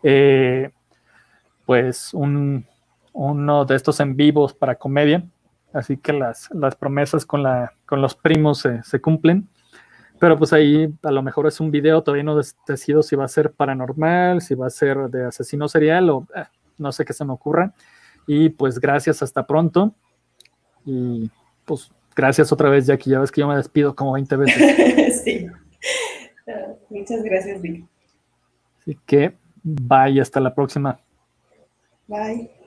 pues uno de estos en vivos para comedia. así que las promesas con los primos se cumplen. Pero pues ahí a lo mejor es un video, todavía no decido si va a ser paranormal, si va a ser de asesino serial o no sé qué se me ocurra. Y pues gracias, hasta pronto. Y pues gracias otra vez, Jackie. Ya ves que yo me despido como 20 veces. Sí. Muchas gracias, Vic. Así que bye, hasta la próxima. Bye.